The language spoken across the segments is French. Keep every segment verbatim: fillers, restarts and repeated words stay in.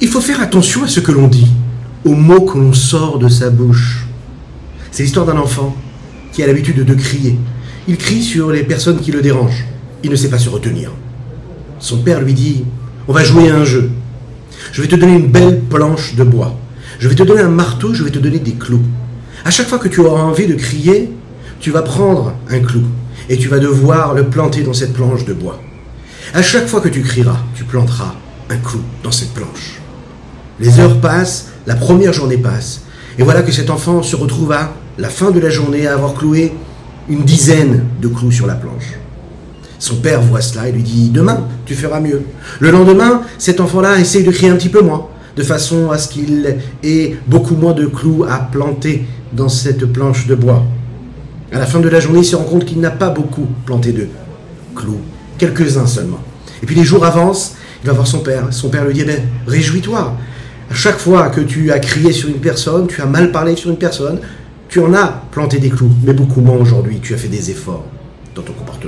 Il faut faire attention à ce que l'on dit, aux mots que l'on sort de sa bouche. C'est l'histoire d'un enfant qui a l'habitude de crier. Il crie sur les personnes qui le dérangent. Il ne sait pas se retenir. Son père lui dit « On va jouer à un jeu. Je vais te donner une belle planche de bois. Je vais te donner un marteau, je vais te donner des clous. À chaque fois que tu auras envie de crier, tu vas prendre un clou et tu vas devoir le planter dans cette planche de bois. À chaque fois que tu crieras, tu planteras un clou dans cette planche. » Les heures passent, la première journée passe, et voilà que cet enfant se retrouve à la fin de la journée à avoir cloué une dizaine de clous sur la planche. Son père voit cela et lui dit « Demain, tu feras mieux. » Le lendemain, cet enfant-là essaye de crier un petit peu moins, de façon à ce qu'il ait beaucoup moins de clous à planter dans cette planche de bois. À la fin de la journée, il se rend compte qu'il n'a pas beaucoup planté de clous, quelques-uns seulement. Et puis les jours avancent, il va voir son père. Son père lui dit eh « Réjouis-toi. À chaque fois que tu as crié sur une personne, tu as mal parlé sur une personne, tu en as planté des clous, mais beaucoup moins aujourd'hui. Tu as fait des efforts dans ton comportement. »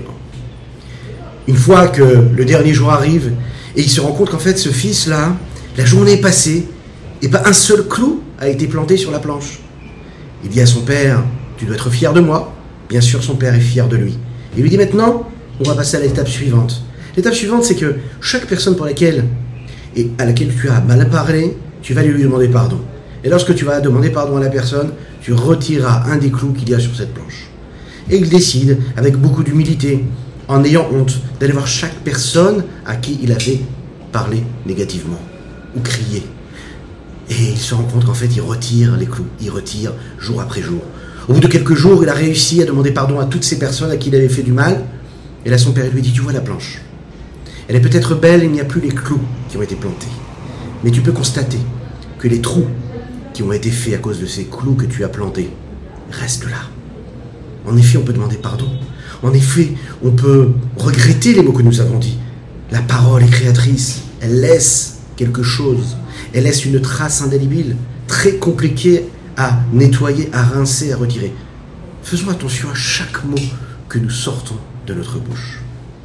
Une fois que le dernier jour arrive, et il se rend compte qu'en fait, ce fils-là, la journée est passée, et pas un seul clou a été planté sur la planche. Il dit à son père « Tu dois être fier de moi. » Bien sûr, son père est fier de lui. Il lui dit « Maintenant, on va passer à l'étape suivante. » L'étape suivante, c'est que chaque personne pour laquelle, et à laquelle tu as mal parlé, tu vas lui demander pardon. Et lorsque tu vas demander pardon à la personne, tu retireras un des clous qu'il y a sur cette planche. Et il décide, avec beaucoup d'humilité, en ayant honte, d'aller voir chaque personne à qui il avait parlé négativement ou crié. Et il se rend compte qu'en fait, il retire les clous, il retire jour après jour. Au bout de quelques jours, il a réussi à demander pardon à toutes ces personnes à qui il avait fait du mal. Et là, son père lui dit, tu vois la planche. Elle est peut-être belle, il n'y a plus les clous qui ont été plantés. Mais tu peux constater que les trous qui ont été faits à cause de ces clous que tu as plantés restent là. En effet, on peut demander pardon. En effet, on peut regretter les mots que nous avons dits. La parole est créatrice. Elle laisse quelque chose. Elle laisse une trace indélébile, très compliquée à nettoyer, à rincer, à retirer. Faisons attention à chaque mot que nous sortons de notre bouche.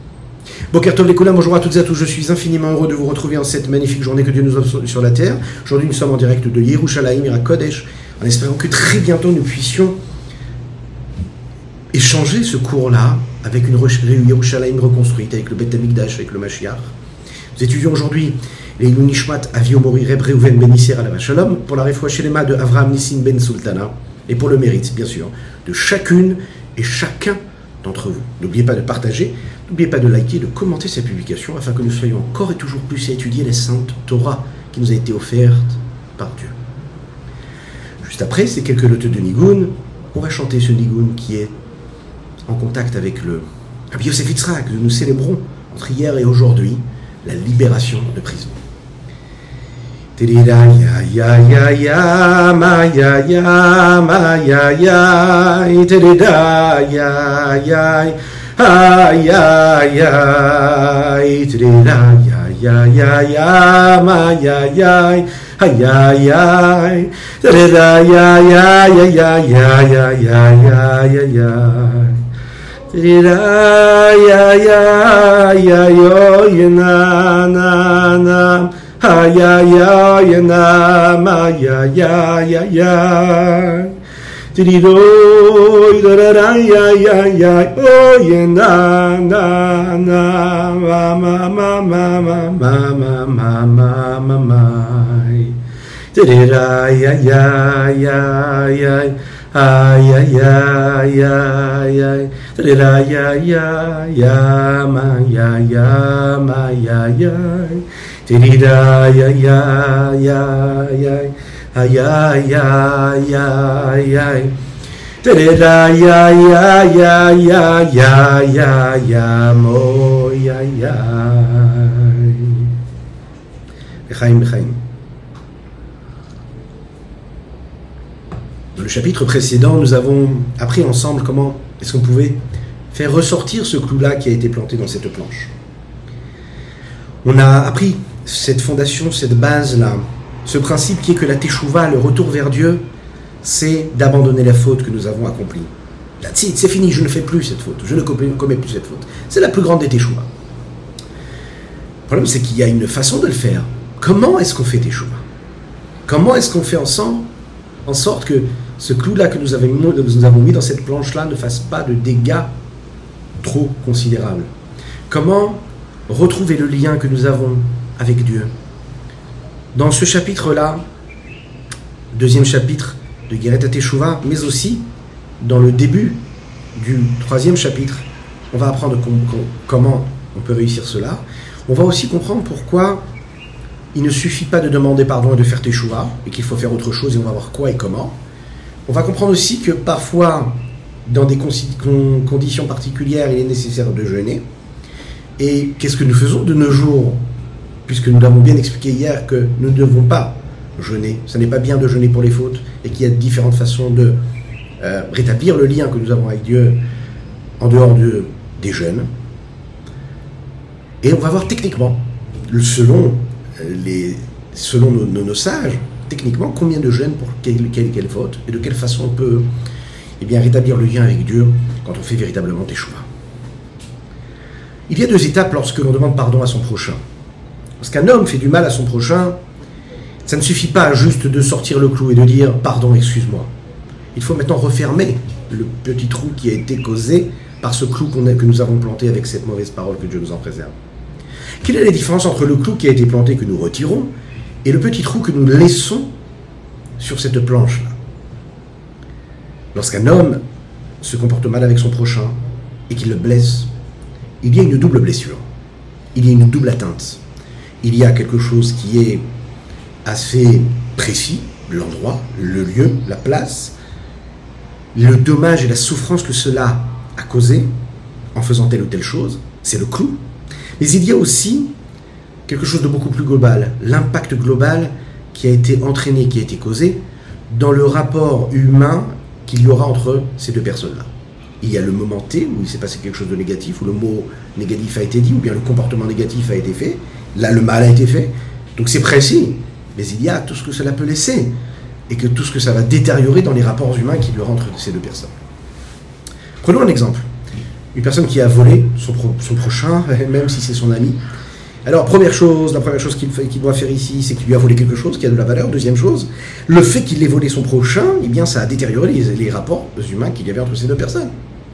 Boker Tov Lekula, bonjour à toutes et à tous, je suis infiniment heureux de vous retrouver en cette magnifique journée que Dieu nous offre sur la terre. Aujourd'hui nous sommes en direct de Yerushalayim, Ira Kodesh, en espérant que très bientôt nous puissions échanger ce cours-là avec une Yerushalayim reconstruite, avec le Beth Amikdash, avec le Mashiach. Nous étudions aujourd'hui les Ilou Nishmat Avi Omori Reb Reuven Ben Isser Alav Shalom pour la Refoua Shelema de Avraham Nissim Ben Sultana et pour le mérite, bien sûr, de chacune et chacun d'entre vous. N'oubliez pas de partager, n'oubliez pas de liker, de commenter cette publication afin que nous soyons encore et toujours plus à étudier les saintes Torah qui nous a été offertes par Dieu. Juste après ces quelques notes de Nigoun, on va chanter ce Nigoun qui est en contact avec le Rabbi Yosef Yitzhak. Nous célébrons entre hier et aujourd'hui la libération de prison. Ya ya ya ya ma ya ya ma ya ya ya ya ya ay ay ay trira ya ya ya ya ma ya ya ay ay ay trira ya ya ya ya ya ya ya ya ya ya trira ya ya ya yo na na na ay ay ay na ma ya ya ya ya Tirido idara ya ya ya oh na na na ma ma ma ma ma ma ma ma ma ma Tira ya ya ya ya ay ay ay ay ay Tira ya ya ya ma ya ya ma ya ya Tira ya ya ya ya ay ay ay ay ay Terera ya ya ya ya ya ya ya mo ya ya Bechaim Bechaim. Dans le chapitre précédent, nous avons appris ensemble comment est-ce qu'on pouvait faire ressortir ce clou-là qui a été planté dans cette planche. On a appris cette fondation, cette base-là, ce principe qui est que la teshuva, le retour vers Dieu, c'est d'abandonner la faute que nous avons accomplie. That's it, c'est fini, je ne fais plus cette faute, je ne commets plus cette faute. C'est la plus grande des teshuva. Le problème, c'est qu'il y a une façon de le faire. comment est-ce qu'on fait teshuva? Comment est-ce qu'on fait ensemble en sorte que ce clou-là que nous avons, nous avons mis dans cette planche-là ne fasse pas de dégâts trop considérables? Comment retrouver le lien que nous avons avec Dieu? Dans ce chapitre-là, deuxième chapitre de Geret HaTeshuva, mais aussi dans le début du troisième chapitre, on va apprendre com- com- comment on peut réussir cela. On va aussi comprendre pourquoi il ne suffit pas de demander pardon et de faire teshuva, et qu'il faut faire autre chose, et on va voir quoi et comment. On va comprendre aussi que parfois, dans des con- conditions particulières, il est nécessaire de jeûner. Et qu'est-ce que nous faisons de nos jours, puisque nous l'avons bien expliqué hier que nous ne devons pas jeûner. Ce n'est pas bien de jeûner pour les fautes, et qu'il y a différentes façons de euh, rétablir le lien que nous avons avec Dieu en dehors de, des jeûnes. Et on va voir techniquement, selon, les, selon nos, nos, nos sages, techniquement, combien de jeûnes pour quelle, quelle, quelle faute, et de quelle façon on peut eh bien, rétablir le lien avec Dieu quand on fait véritablement teshuva. Il y a deux étapes lorsque l'on demande pardon à son prochain. Lorsqu'un homme fait du mal à son prochain, ça ne suffit pas juste de sortir le clou et de dire « pardon, excuse-moi ». Il faut maintenant refermer le petit trou qui a été causé par ce clou qu'on a, que nous avons planté avec cette mauvaise parole, que Dieu nous en préserve. Quelle est la différence entre le clou qui a été planté, que nous retirons, et le petit trou que nous laissons sur cette planche-là? Lorsqu'un homme se comporte mal avec son prochain et qu'il le blesse, il y a une double blessure, il y a une double atteinte. Il y a quelque chose qui est assez précis, l'endroit, le lieu, la place, le dommage et la souffrance que cela a causé en faisant telle ou telle chose, c'est le clou. Mais il y a aussi quelque chose de beaucoup plus global, l'impact global qui a été entraîné, qui a été causé dans le rapport humain qu'il y aura entre ces deux personnes-là. Il y a le moment T où il s'est passé quelque chose de négatif, où le mot négatif a été dit, ou bien le comportement négatif a été fait, là le mal a été fait, donc c'est précis, mais il y a tout ce que cela peut laisser, et que tout ce que ça va détériorer dans les rapports humains qu'il y aura entre ces deux personnes. Prenons un exemple. Une personne qui a volé son, pro, son prochain, même si c'est son ami. Alors, première chose, la première chose qu'il, qu'il doit faire ici, c'est qu'il lui a volé quelque chose qui a de la valeur. Deuxième chose, le fait qu'il ait volé son prochain, eh bien, ça a détérioré les, les rapports humains qu'il y avait entre ces deux personnes.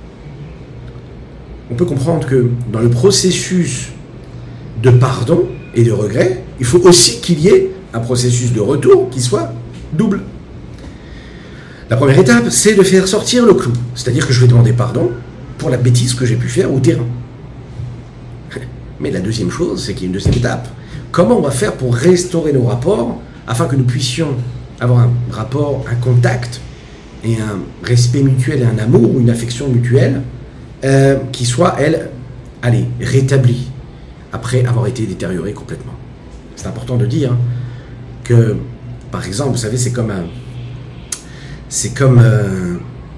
On peut comprendre que dans le processus de pardon et de regret, il faut aussi qu'il y ait un processus de retour qui soit double. La première étape, c'est de faire sortir le clou. C'est-à-dire que je vais demander pardon pour la bêtise que j'ai pu faire au terrain. Mais la deuxième chose, c'est qu'il y a une deuxième étape. Comment on va faire pour restaurer nos rapports afin que nous puissions avoir un rapport, un contact et un respect mutuel et un amour ou une affection mutuelle euh, qui soit, elle, allez, rétablie après avoir été détériorée complètement. C'est important de dire que, par exemple, vous savez, c'est comme un... C'est comme... Euh,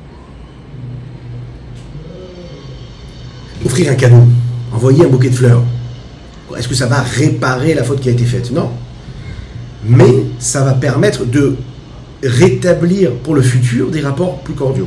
offrir un cadeau, envoyer un bouquet de fleurs. Est-ce que ça va réparer la faute qui a été faite? Non. Mais ça va permettre de rétablir pour le futur des rapports plus cordiaux.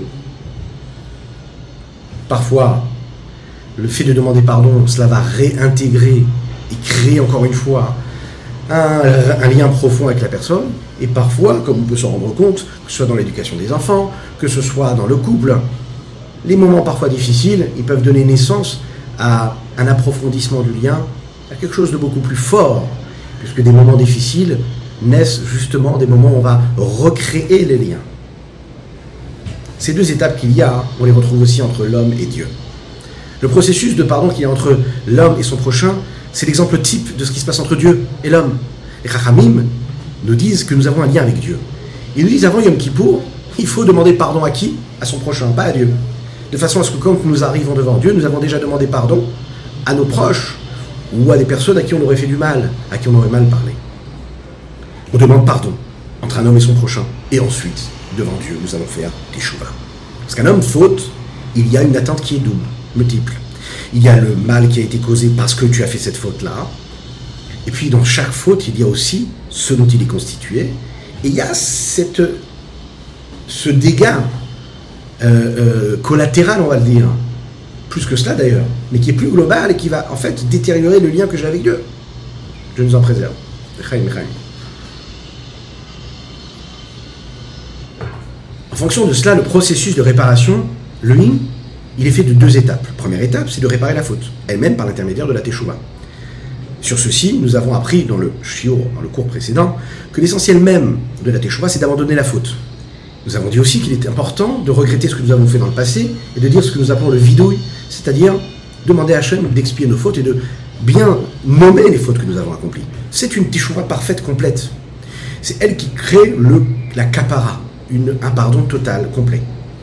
Parfois, le fait de demander pardon, cela va réintégrer et créer encore une fois un, un lien profond avec la personne. Et parfois, comme on peut s'en rendre compte, que ce soit dans l'éducation des enfants, que ce soit dans le couple, les moments parfois difficiles, ils peuvent donner naissance à un approfondissement du lien, à quelque chose de beaucoup plus fort, puisque des moments difficiles naissent justement des moments où on va recréer les liens. Ces deux étapes qu'il y a, on les retrouve aussi entre l'homme et Dieu. Le processus de pardon qu'il y a entre l'homme et son prochain, c'est l'exemple type de ce qui se passe entre Dieu et l'homme. Les Chachamim nous disent que nous avons un lien avec Dieu. Ils nous disent avant Yom Kippour, il faut demander pardon à qui? À son prochain, pas à Dieu. De façon à ce que quand nous arrivons devant Dieu, nous avons déjà demandé pardon à nos proches ou à des personnes à qui on aurait fait du mal, à qui on aurait mal parlé. On demande pardon entre un homme et son prochain. Et ensuite, devant Dieu, nous allons faire teshuva. Parce qu'un homme faute, il y a une attente qui est double, multiple. Il y a le mal qui a été causé parce que tu as fait cette faute-là. Et puis dans chaque faute, il y a aussi ce dont il est constitué. Et il y a cette, ce dégât Euh, euh, collatéral, on va le dire, plus que cela d'ailleurs, mais qui est plus global et qui va en fait détériorer le lien que j'ai avec Dieu. Dieu nous en préserve. En fonction de cela, le processus de réparation, lui, il est fait de deux étapes. La première étape, c'est de réparer la faute, elle-même par l'intermédiaire de la teshuva. Sur ceci, nous avons appris dans le shiur, dans le cours précédent, que l'essentiel même de la teshuva, c'est d'abandonner la faute. Nous avons dit aussi qu'il était important de regretter ce que nous avons fait dans le passé et de dire ce que nous appelons le vidouille, c'est-à-dire demander à Hachem d'expier nos fautes et de bien nommer les fautes que nous avons accomplies. C'est une teshuva parfaite, complète. C'est elle qui crée le, la kapara, une, un pardon total, complet.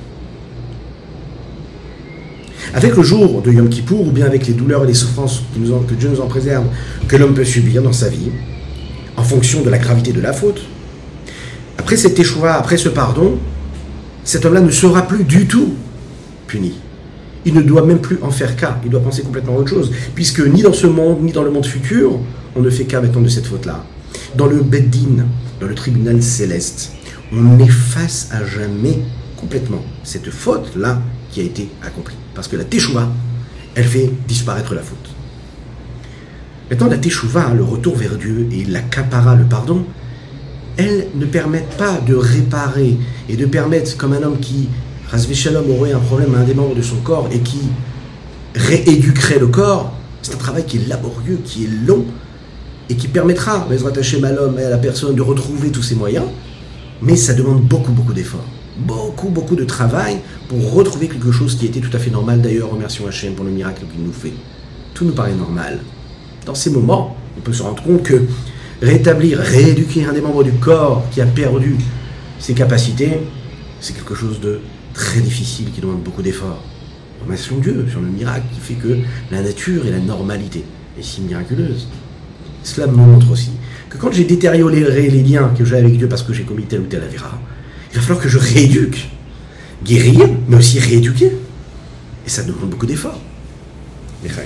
Avec le jour de Yom Kippour, ou bien avec les douleurs et les souffrances que, nous en, que Dieu nous en préserve, que l'homme peut subir dans sa vie, en fonction de la gravité de la faute, après cette teshuva, après ce pardon, cet homme-là ne sera plus du tout puni. Il ne doit même plus en faire cas, il doit penser complètement à autre chose, puisque ni dans ce monde, ni dans le monde futur, on ne fait cas maintenant de cette faute-là. Dans le Beddin, dans le tribunal céleste, on efface à jamais complètement cette faute-là qui a été accomplie. Parce que la teshuva, elle fait disparaître la faute. Maintenant, la teshuva, le retour vers Dieu, et la kapara, le pardon, elles ne permettent pas de réparer et de permettre, comme un homme qui, Rasvé Shalom, aurait un problème à un des membres de son corps et qui rééduquerait le corps, c'est un travail qui est laborieux, qui est long et qui permettra, Bezrat Hashem, à l'homme et à la personne de retrouver tous ses moyens, mais ça demande beaucoup, beaucoup d'efforts, beaucoup, beaucoup de travail pour retrouver quelque chose qui était tout à fait normal. D'ailleurs, remercions Hashem pour le miracle qu'il nous fait. Tout nous paraît normal. Dans ces moments, on peut se rendre compte que rétablir, rééduquer un des membres du corps qui a perdu ses capacités, c'est quelque chose de très difficile, qui demande beaucoup d'efforts. Remercions Dieu sur le miracle qui fait que la nature et la normalité est si miraculeuse. Cela me montre aussi que quand j'ai détérioré les liens que j'ai avec Dieu parce que j'ai commis telle ou telle avéra, il va falloir que je rééduque. Guérir, mais aussi rééduquer. Et ça demande beaucoup d'efforts. Michael.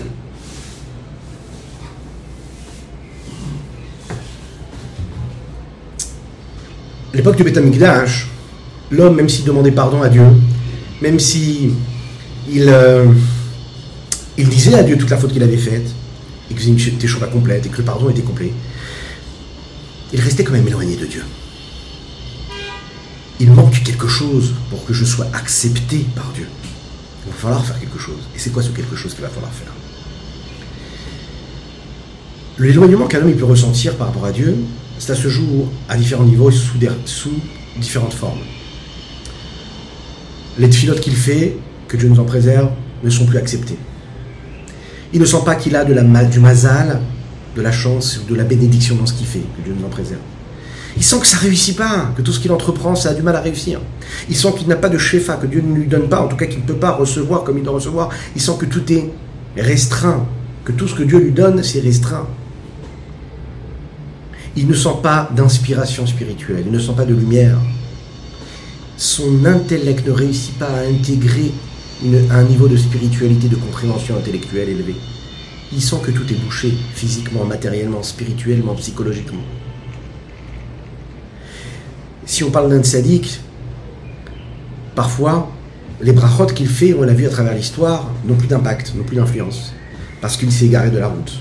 À l'époque du Beth Amikdash, l'homme, même s'il demandait pardon à Dieu, même si il, euh, il disait à Dieu toute la faute qu'il avait faite, et que c'était une teshuva complète, et que le pardon était complet, il restait quand même éloigné de Dieu. Il manque quelque chose pour que je sois accepté par Dieu. Il va falloir faire quelque chose. Et c'est quoi ce quelque chose qu'il va falloir faire? L'éloignement qu'un homme il peut ressentir par rapport à Dieu, c'est à ce jour à différents niveaux, sous, des, sous différentes formes. Les tfilotes qu'il fait, que Dieu nous en préserve, ne sont plus acceptés. Il ne sent pas qu'il a de la, du mazal, de la chance ou de la bénédiction dans ce qu'il fait, que Dieu nous en préserve. Il sent que ça ne réussit pas, que tout ce qu'il entreprend, ça a du mal à réussir. Il sent qu'il n'a pas de shefa, que Dieu ne lui donne pas, en tout cas qu'il ne peut pas recevoir comme il doit recevoir. Il sent que tout est restreint, que tout ce que Dieu lui donne, c'est restreint. Il ne sent pas d'inspiration spirituelle, il ne sent pas de lumière. Son intellect ne réussit pas à intégrer une, un niveau de spiritualité, de compréhension intellectuelle élevé. Il sent que tout est bouché, physiquement, matériellement, spirituellement, psychologiquement. Si on parle d'un tzaddik, parfois, les brachot qu'il fait, on l'a vu à travers l'histoire, n'ont plus d'impact, n'ont plus d'influence, parce qu'il s'est égaré de la route.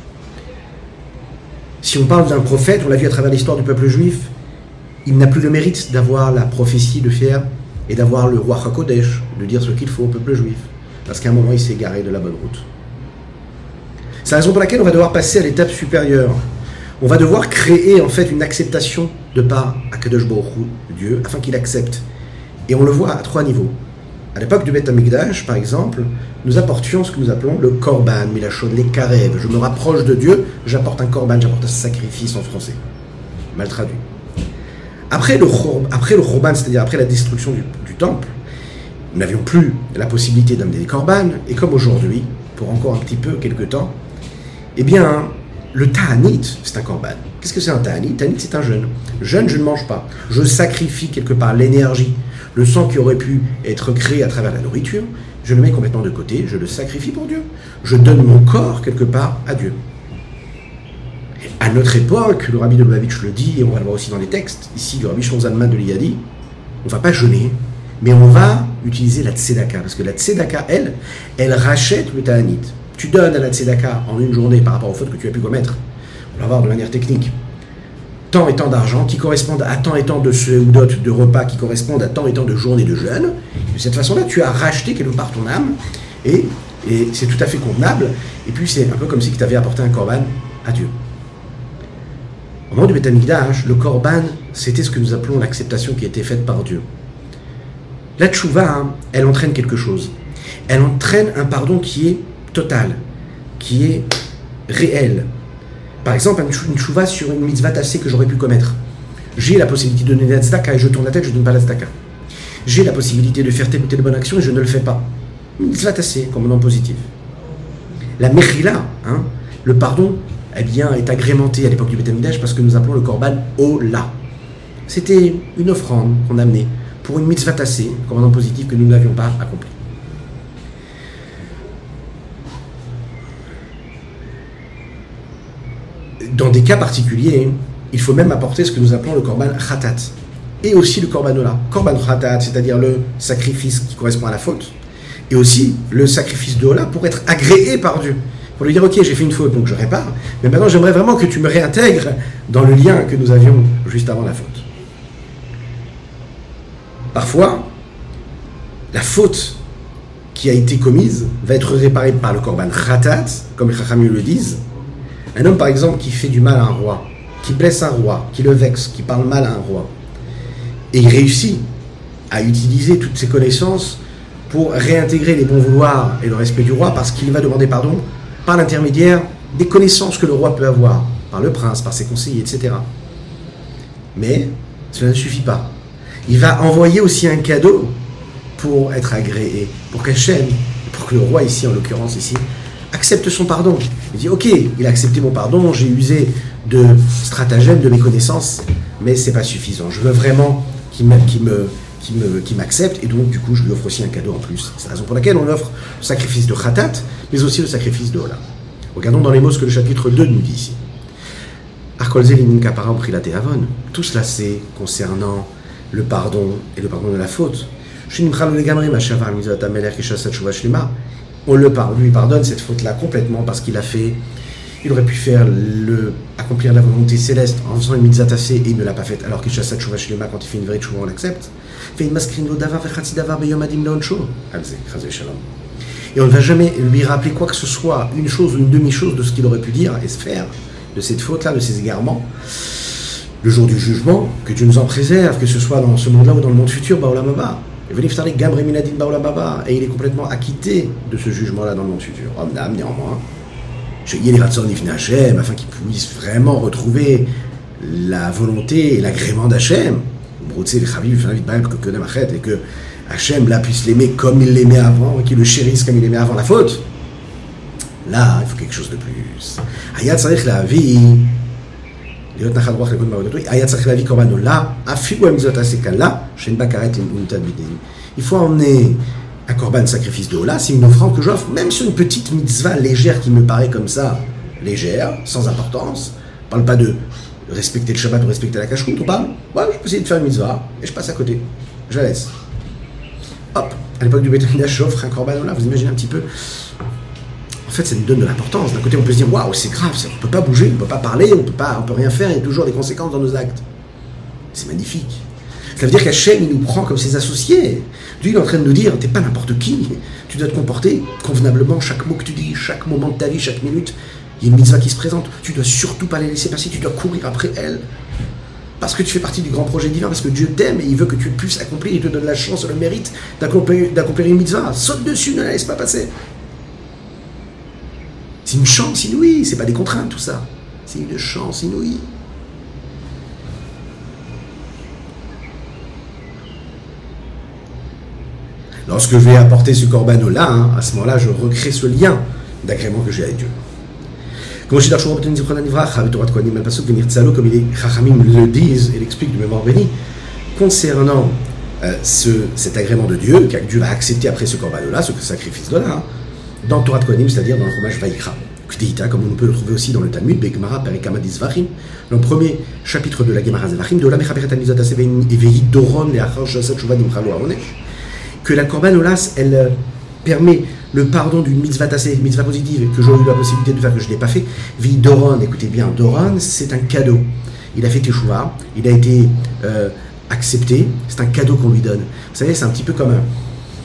Si on parle d'un prophète, on l'a vu à travers l'histoire du peuple juif, il n'a plus le mérite d'avoir la prophétie de faire et d'avoir le roi HaKodesh, de dire ce qu'il faut au peuple juif, parce qu'à un moment, il s'est égaré de la bonne route. C'est la raison pour laquelle on va devoir passer à l'étape supérieure. On va devoir créer en fait une acceptation de par Akadosh Baruch Hu, Dieu, afin qu'il accepte. Et on le voit à trois niveaux. À l'époque du Beth Amikdash, par exemple, nous apportions ce que nous appelons le korban, milachon, les karev. Je me rapproche de Dieu, j'apporte un korban, j'apporte un sacrifice en français. Mal traduit. Après le, après le korban, c'est-à-dire après la destruction du, du temple, nous n'avions plus la possibilité d'amener des korban, et comme aujourd'hui, pour encore un petit peu, quelque temps, eh bien, le ta'anit, c'est un korban. Qu'est-ce que c'est un ta'anit? Ta'anit, c'est un jeûne. Jeûne, je ne mange pas. Je sacrifie quelque part l'énergie, le sang qui aurait pu être créé à travers la nourriture, je le mets complètement de côté, je le sacrifie pour Dieu. Je donne mon corps quelque part à Dieu. À notre époque, le Rabbi de Lubavitch le dit, et on va le voir aussi dans les textes, ici le Rabbi Shimon Zalman de l'Iyadi, on ne va pas jeûner, mais on va utiliser la tzedaka, parce que la tzedaka, elle, elle rachète le ta'anit. Tu donnes à la tzedaka en une journée par rapport aux fautes que tu as pu commettre, on va voir de manière technique, tant et tant d'argent, qui correspondent à tant et tant de seudot de repas, qui correspondent à tant et tant de journées de jeûne. De cette façon-là, tu as racheté quelque part ton âme, et, et c'est tout à fait convenable. Et puis c'est un peu comme si tu avais apporté un korban à Dieu. Au moment du Beth Amikdash, le korban, c'était ce que nous appelons l'acceptation qui a été faite par Dieu. La tchouva, hein, elle entraîne quelque chose. Elle entraîne un pardon qui est total, qui est réel. Par exemple, une tchouva sur une mitzvah tassée que j'aurais pu commettre. J'ai la possibilité de donner la tzedaka et je tourne la tête, je ne donne pas la tzedaka. J'ai la possibilité de faire telle ou telle bonne action et je ne le fais pas. Une mitzvah tassée, comme nom positif. La mechila, hein, le pardon, eh bien, est agrémenté à l'époque du Beth Amikdash parce que nous appelons le korban ola. C'était une offrande qu'on amenait pour une mitzvah tassée, comme nom positif que nous n'avions pas accompli. Dans des cas particuliers, il faut même apporter ce que nous appelons le korban khatat. Et aussi le korban ola. Korban khatat, c'est-à-dire le sacrifice qui correspond à la faute. Et aussi le sacrifice de ola pour être agréé par Dieu. Pour lui dire, ok, j'ai fait une faute, donc je répare. Mais maintenant, j'aimerais vraiment que tu me réintègres dans le lien que nous avions juste avant la faute. Parfois, la faute qui a été commise va être réparée par le korban khatat, comme les chachamim le disent. Un homme, par exemple, qui fait du mal à un roi, qui blesse un roi, qui le vexe, qui parle mal à un roi, et il réussit à utiliser toutes ses connaissances pour réintégrer les bons vouloirs et le respect du roi, parce qu'il va demander pardon par l'intermédiaire des connaissances que le roi peut avoir, par le prince, par ses conseillers, et cetera. Mais cela ne suffit pas. Il va envoyer aussi un cadeau pour être agréé, pour qu'Hachem, pour que le roi ici, en l'occurrence ici, accepte son pardon. Il dit, ok, il a accepté mon pardon, j'ai usé de stratagèmes, de mes connaissances, mais c'est pas suffisant. Je veux vraiment qu'il me, qu'il me, qu'il me, qu'il m'accepte, et donc du coup, je lui offre aussi un cadeau en plus. C'est la raison pour laquelle on offre le sacrifice de Khatat, mais aussi le sacrifice de Ola. Regardons dans les mots ce que le chapitre deux nous dit ici. Tout cela, c'est concernant le pardon et le pardon de la faute. On le pardonne, lui pardonne cette faute-là complètement parce qu'il a fait, il aurait pu faire le, accomplir la volonté céleste en faisant une mitzvah tassée et il ne l'a pas faite, alors qu'il chasse tshuva shlema, quand il fait une vraie tshuva, on l'accepte. Et on ne va jamais lui rappeler quoi que ce soit, une chose ou une demi-chose de ce qu'il aurait pu dire et se faire de cette faute-là, de ces égarements. Le jour du jugement, que Dieu nous en préserve, que ce soit dans ce monde-là ou dans le monde futur, Ba'olam haba. Et il est complètement acquitté de ce jugement-là dans le monde futur. Omnam, néanmoins, afin qu'il puisse vraiment retrouver la volonté et l'agrément d'Hachem, et que Hachem là puisse l'aimer comme il l'aimait avant, et qu'il le chérisse comme il l'aimait avant la faute. Là, il faut quelque chose de plus. Ayat tzarich lavi, להיות נחת רוח לכבוד מעבודתו, היה צריך להביא קורבן עולה, אפילו המצוות תעשה קלה, שאין בה כרת למונתת בידינו. Il faut emmener un korban sacrifice de Ola, c'est une offrande que j'offre, même sur une petite mitzvah légère qui me paraît comme ça, légère, sans importance. On ne parle pas de respecter le Shabbat ou respecter la cacheroute, on parle, ouais, je peux essayer de faire une mitzvah, et je passe à côté, je la laisse. Hop, à l'époque du Beth Amikdash, j'offre un korban Ola, vous imaginez un petit peu. En fait, ça nous donne de l'importance. D'un côté, on peut se dire, waouh, c'est grave, ça, on ne peut pas bouger, on ne peut pas parler, on ne peut pas, on peut rien faire, il y a toujours des conséquences dans nos actes. C'est magnifique. Ça veut dire qu'Hachem, il nous prend comme ses associés. Dieu, il est en train de nous dire, t'es pas n'importe qui, tu dois te comporter convenablement, chaque mot que tu dis, chaque moment de ta vie, chaque minute, il y a une mitzvah qui se présente, tu dois surtout pas les laisser passer, tu dois courir après elle. Parce que tu fais partie du grand projet divin, parce que Dieu t'aime et il veut que tu puisses accomplir, il te donne la chance, le mérite d'accomplir, d'accomplir une mitzvah. Saute dessus, ne la laisse pas passer. C'est une chance inouïe, c'est pas des contraintes tout ça. C'est une chance inouïe. Lorsque je vais apporter ce korban-là, hein, à ce moment-là, je recrée ce lien d'agrément que j'ai avec Dieu. Comme les Chachamim le disent et l'expliquent de mémoire bénie, concernant euh, ce, cet agrément de Dieu, que Dieu va accepter après ce korban-là, ce sacrifice-là, hein, dans Torah de Kohanim, c'est-à-dire dans le Chumash Vayikra. Comme on peut le trouver aussi dans le Talmud, Begmara Perikama Dizvachim, dans le premier chapitre de la Gemara Zvachim, de la Mechaperet Amizot Asevein Evehi Doron Leachar Shasat Shuva Nimchalo Aonesh, que la Korban Olas, elle permet le pardon d'une mitzvah tassée, une mitzvah positive, que j'aurais eu la possibilité de faire, que je ne l'ai pas fait. Vi Doron, écoutez bien, Doron, c'est un cadeau. il a fait teshuva, il a été euh, accepté, c'est un cadeau qu'on lui donne. Vous savez, c'est un petit peu comme un...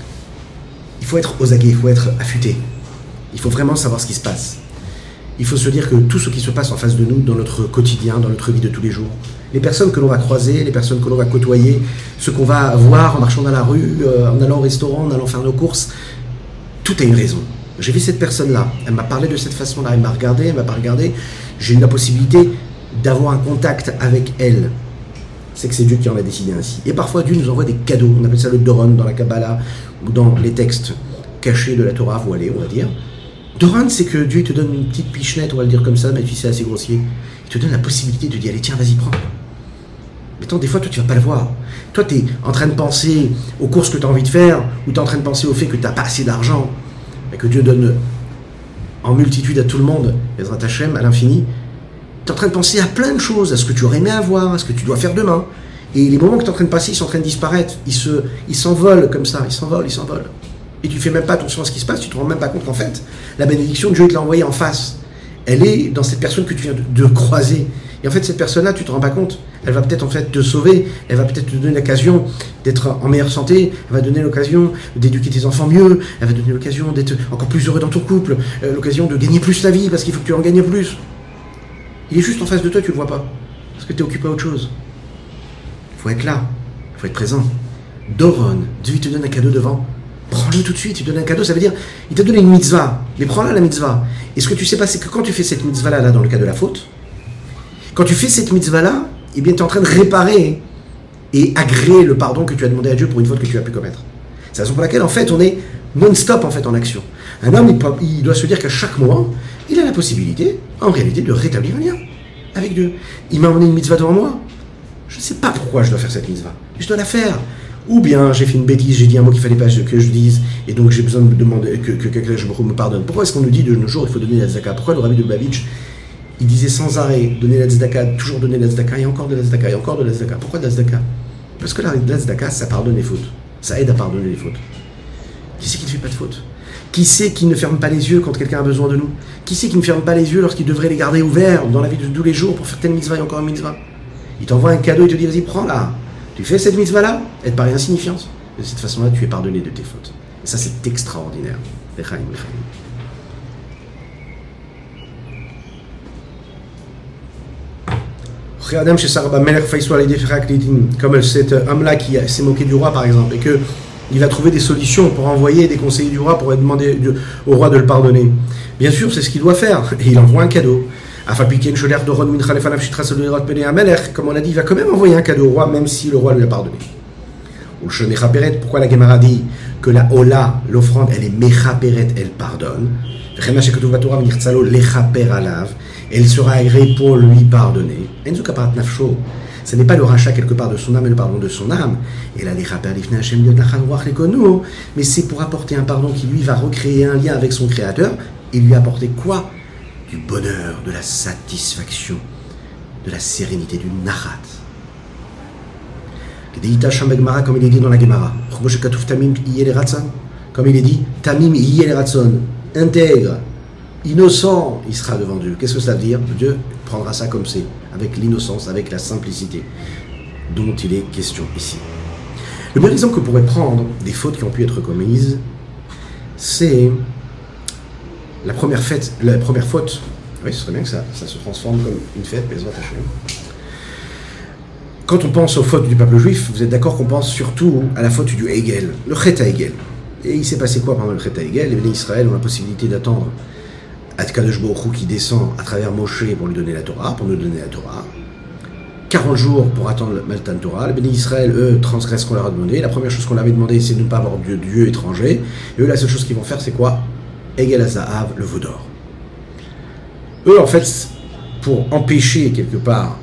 Il faut être aux aguets, il faut être affûté. Il faut vraiment savoir ce qui se passe. Il faut se dire que tout ce qui se passe en face de nous, dans notre quotidien, dans notre vie de tous les jours, les personnes que l'on va croiser, les personnes que l'on va côtoyer, ce qu'on va voir en marchant dans la rue, euh, en allant au restaurant, en allant faire nos courses, tout a une raison. J'ai vu cette personne-là, elle m'a parlé de cette façon-là, elle m'a regardé, elle m'a pas regardé, j'ai eu la possibilité d'avoir un contact avec elle. C'est que c'est Dieu qui en a décidé ainsi. Et parfois Dieu nous envoie des cadeaux, on appelle ça le Doron dans la Kabbalah, ou dans les textes cachés de la Torah voilée, on va dire. Doron, c'est que Dieu te donne une petite pichenette, on va le dire comme ça, mais tu sais, assez grossier. Il te donne la possibilité de dire, allez tiens, vas-y, prends. Mais attends, des fois, toi, tu vas pas le voir. Toi, tu es en train de penser aux courses que tu as envie de faire, ou tu es en train de penser au fait que tu n'as pas assez d'argent, et que Dieu donne en multitude à tout le monde, Ezrat Hashem, à l'infini. Tu es en train de penser à plein de choses, à ce que tu aurais aimé avoir, à ce que tu dois faire demain. Et les moments que tu es en train de passer, ils sont en train de disparaître. Ils se, ils s'envolent comme ça, ils s'envolent, ils s'envolent. Et tu fais même pas attention à ce qui se passe, tu te rends même pas compte qu'en fait, la bénédiction, Dieu te l'a envoyée en face. Elle est dans cette personne que tu viens de, de croiser. Et en fait, cette personne-là, tu te rends pas compte. Elle va peut-être en fait te sauver, elle va peut-être te donner l'occasion d'être en meilleure santé, elle va te donner l'occasion d'éduquer tes enfants mieux, elle va te donner l'occasion d'être encore plus heureux dans ton couple, euh, l'occasion de gagner plus ta vie, parce qu'il faut que tu en gagnes plus. Il est juste en face de toi, tu le vois pas. Parce que tu es occupé à autre chose. Il faut être là, il faut être présent. Doron, Dieu te donne un cadeau devant. Prends-le tout de suite, il te donne un cadeau, ça veut dire, il t'a donné une mitzvah, mais prends-la la mitzvah. Et ce que tu sais pas, c'est que quand tu fais cette mitzvah-là, là, dans le cas de la faute, quand tu fais cette mitzvah-là, eh bien, tu es en train de réparer et agréer le pardon que tu as demandé à Dieu pour une faute que tu as pu commettre. C'est la raison pour laquelle, en fait, on est non-stop, en fait, en action. Un homme, il, il doit se dire qu'à chaque mois, il a la possibilité, en réalité, de rétablir un lien avec Dieu. Il m'a emmené une mitzvah devant moi. Je ne sais pas pourquoi je dois faire cette mitzvah. Je dois la faire. Ou bien j'ai fait une bêtise, j'ai dit un mot qu'il ne fallait pas que je dise, et donc j'ai besoin de demander que quelqu'un me pardonne. Pourquoi est-ce qu'on nous dit de nos jours il faut donner la tzedaka? Pourquoi le rabbi de Lubavitch, il disait sans arrêt donner la tzedaka, toujours donner la tzedaka, et encore de la tzedaka, et encore de la tzedaka? Pourquoi de la tzedaka? Parce que la tzedaka, ça pardonne les fautes. Ça aide à pardonner les fautes. Qui c'est qui ne fait pas de fautes? Qui c'est qui ne ferme pas les yeux quand quelqu'un a besoin de nous? Qui c'est qui ne ferme pas les yeux lorsqu'il devrait les garder ouverts dans la vie de tous les jours pour faire telle mitzvah et encore une mitzvah? Il t'envoie un cadeau, il te dit vas-y, prends-la. Tu fais cette mitzvah-là, elle te paraît insignifiante. De cette façon-là, tu es pardonné de tes fautes. Et ça, c'est extraordinaire. Comme cet homme-là qui s'est moqué du roi, par exemple, et qu'il va trouver des solutions pour envoyer des conseillers du roi pour demander au roi de le pardonner. Bien sûr, c'est ce qu'il doit faire. Et il envoie un cadeau. Comme on a dit, il va quand même envoyer un cadeau au roi, même si le roi lui a pardonné. Pourquoi la Gemara dit que la Ola, l'offrande, elle est mechaperet, elle pardonne. Elle sera agréée pour lui pardonner. Ce n'est pas le rachat quelque part de son âme, mais le pardon de son âme. Mais c'est pour apporter un pardon qui lui va recréer un lien avec son créateur et lui apporter quoi? Du bonheur, de la satisfaction, de la sérénité, du narat. Comme il est dit dans la Gemara, comme il est dit, Tamim yiyeh ratson, intègre, innocent, il sera devant Dieu. Qu'est-ce que ça veut dire? Dieu prendra ça comme c'est, avec l'innocence, avec la simplicité dont il est question ici. Le bon exemple que pourrait prendre des fautes qui ont pu être commises, c'est la première fête, la première faute. Oui, ce serait bien que ça, ça se transforme comme une fête, mais quand on pense aux fautes du peuple juif, vous êtes d'accord qu'on pense surtout à la faute du Hegel, le Chet HaHegel. Et il s'est passé quoi pendant le Chet HaHegel? Les bénis Israël ont la possibilité d'attendre Kadosh Baruch Hu qui descend à travers Moshe pour lui donner la Torah, pour nous donner la Torah. quarante jours pour attendre le Matan Torah. Les bénis Israël, eux, transgressent ce qu'on leur a demandé. La première chose qu'on leur avait demandé, c'est de ne pas avoir de dieu étranger. Et eux, la seule chose qu'ils vont faire, c'est quoi? Hegel Azahav, le veau d'or. Eux, en fait, pour empêcher quelque part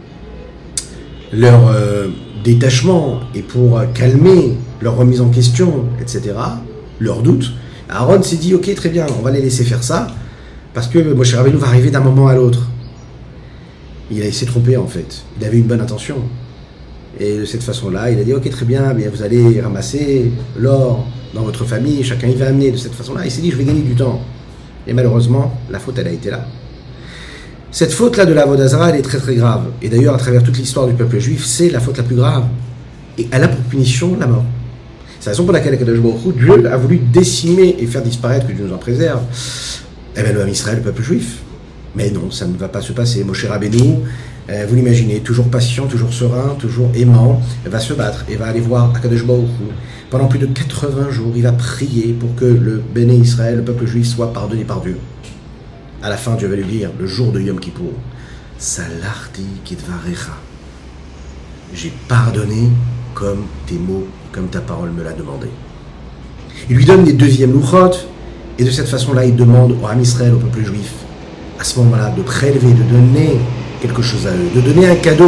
leur euh, détachement et pour euh, calmer leur remise en question, et cetera, leurs doutes, Aaron s'est dit, ok, très bien, on va les laisser faire ça, parce que Moshe Rabbeinu va arriver d'un moment à l'autre. Il a essayé de tromper, en fait. Il avait une bonne intention. Et de cette façon-là, il a dit, ok, très bien, bien vous allez ramasser l'or dans votre famille, chacun y va amener de cette façon-là. Il s'est dit, je vais gagner du temps. Et malheureusement, la faute, elle a été là. Cette faute-là de la Avodah Zara, elle est très très grave. Et d'ailleurs, à travers toute l'histoire du peuple juif, c'est la faute la plus grave. Et elle a pour punition la mort. C'est la raison pour laquelle Akadosh Baruch Hu, Dieu a voulu décimer et faire disparaître, que Dieu nous en préserve, eh bien, le Ham Israël, le peuple juif. Mais non, ça ne va pas se passer. Moshe Rabbeinu, euh, vous l'imaginez, toujours patient, toujours serein, toujours aimant, va se battre et va aller voir Akadosh Baruch Hu. Pendant plus de quatre-vingts jours, il va prier pour que le Béné Israël, le peuple juif, soit pardonné par Dieu. À la fin, Dieu va lui dire, le jour de Yom Kippour, Salarti Kitvarecha. J'ai pardonné comme tes mots, comme ta parole me l'a demandé. Il lui donne les deuxièmes louchot, et de cette façon-là, il demande au Ham Israël, au peuple juif, à ce moment-là, de prélever, de donner quelque chose à eux, de donner un cadeau.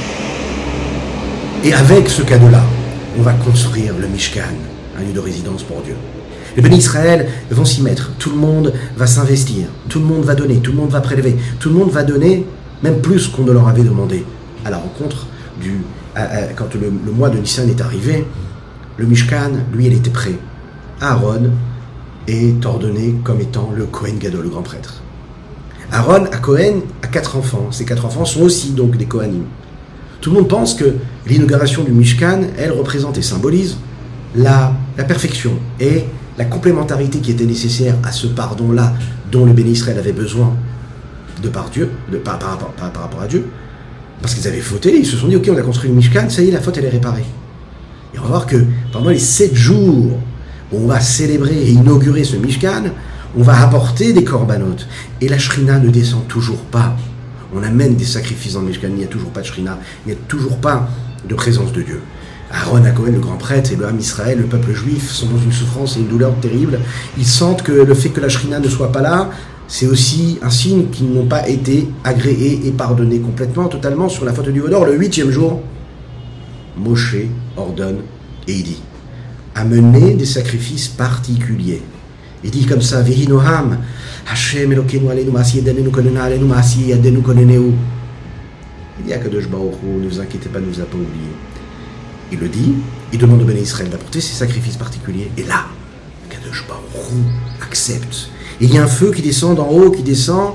Et avec ce cadeau-là, on va construire le Mishkan, un lieu de résidence pour Dieu. Les bénis Israël vont s'y mettre, tout le monde va s'investir, tout le monde va donner, tout le monde va prélever, tout le monde va donner, même plus qu'on ne leur avait demandé. À la rencontre du... À, à, quand le, le mois de Nissan est arrivé, le Mishkan, lui, il était prêt. Aaron est ordonné comme étant le Kohen Gadol, le grand prêtre. Aaron, à Kohen, a quatre enfants. Ces quatre enfants sont aussi donc des Kohanim. Tout le monde pense que l'inauguration du Mishkan, elle représente et symbolise la, la perfection et la complémentarité qui était nécessaire à ce pardon-là dont le béni Israël avait besoin de par Dieu, de, par, par, par, par, par rapport à Dieu, parce qu'ils avaient fauté, ils se sont dit, ok, on a construit le Mishkan, ça y est, la faute, elle est réparée. Et on va voir que pendant les sept jours où on va célébrer et inaugurer ce Mishkan, on va apporter des corbanotes, et la Shrina ne descend toujours pas. On amène des sacrifices dans le Mishkan, il n'y a toujours pas de Shrina, il n'y a toujours pas de présence de Dieu. Aaron à Cohen, le grand prêtre, et le Ham Israël, le peuple juif, sont dans une souffrance et une douleur terrible. Ils sentent que le fait que la Shrina ne soit pas là, c'est aussi un signe qu'ils n'ont pas été agréés et pardonnés complètement, totalement, sur la faute du Vaudor. Le huitième jour, Moshe ordonne et il dit, amenez des sacrifices particuliers. Il dit comme ça, Vehi Noham, Hashem Elokeinu Aleinu Maasi Yadenu Konena Aleinu Maasi Yadenu Koneneu. Il dit à Kadosh Baruch Hu, ne vous inquiétez pas, ne vous a pas oublié. Il le dit, il demande au Béné Israël d'apporter ses sacrifices particuliers, et là, Kadosh Baruch Hu accepte. Il y a un feu qui descend d'en haut, qui descend,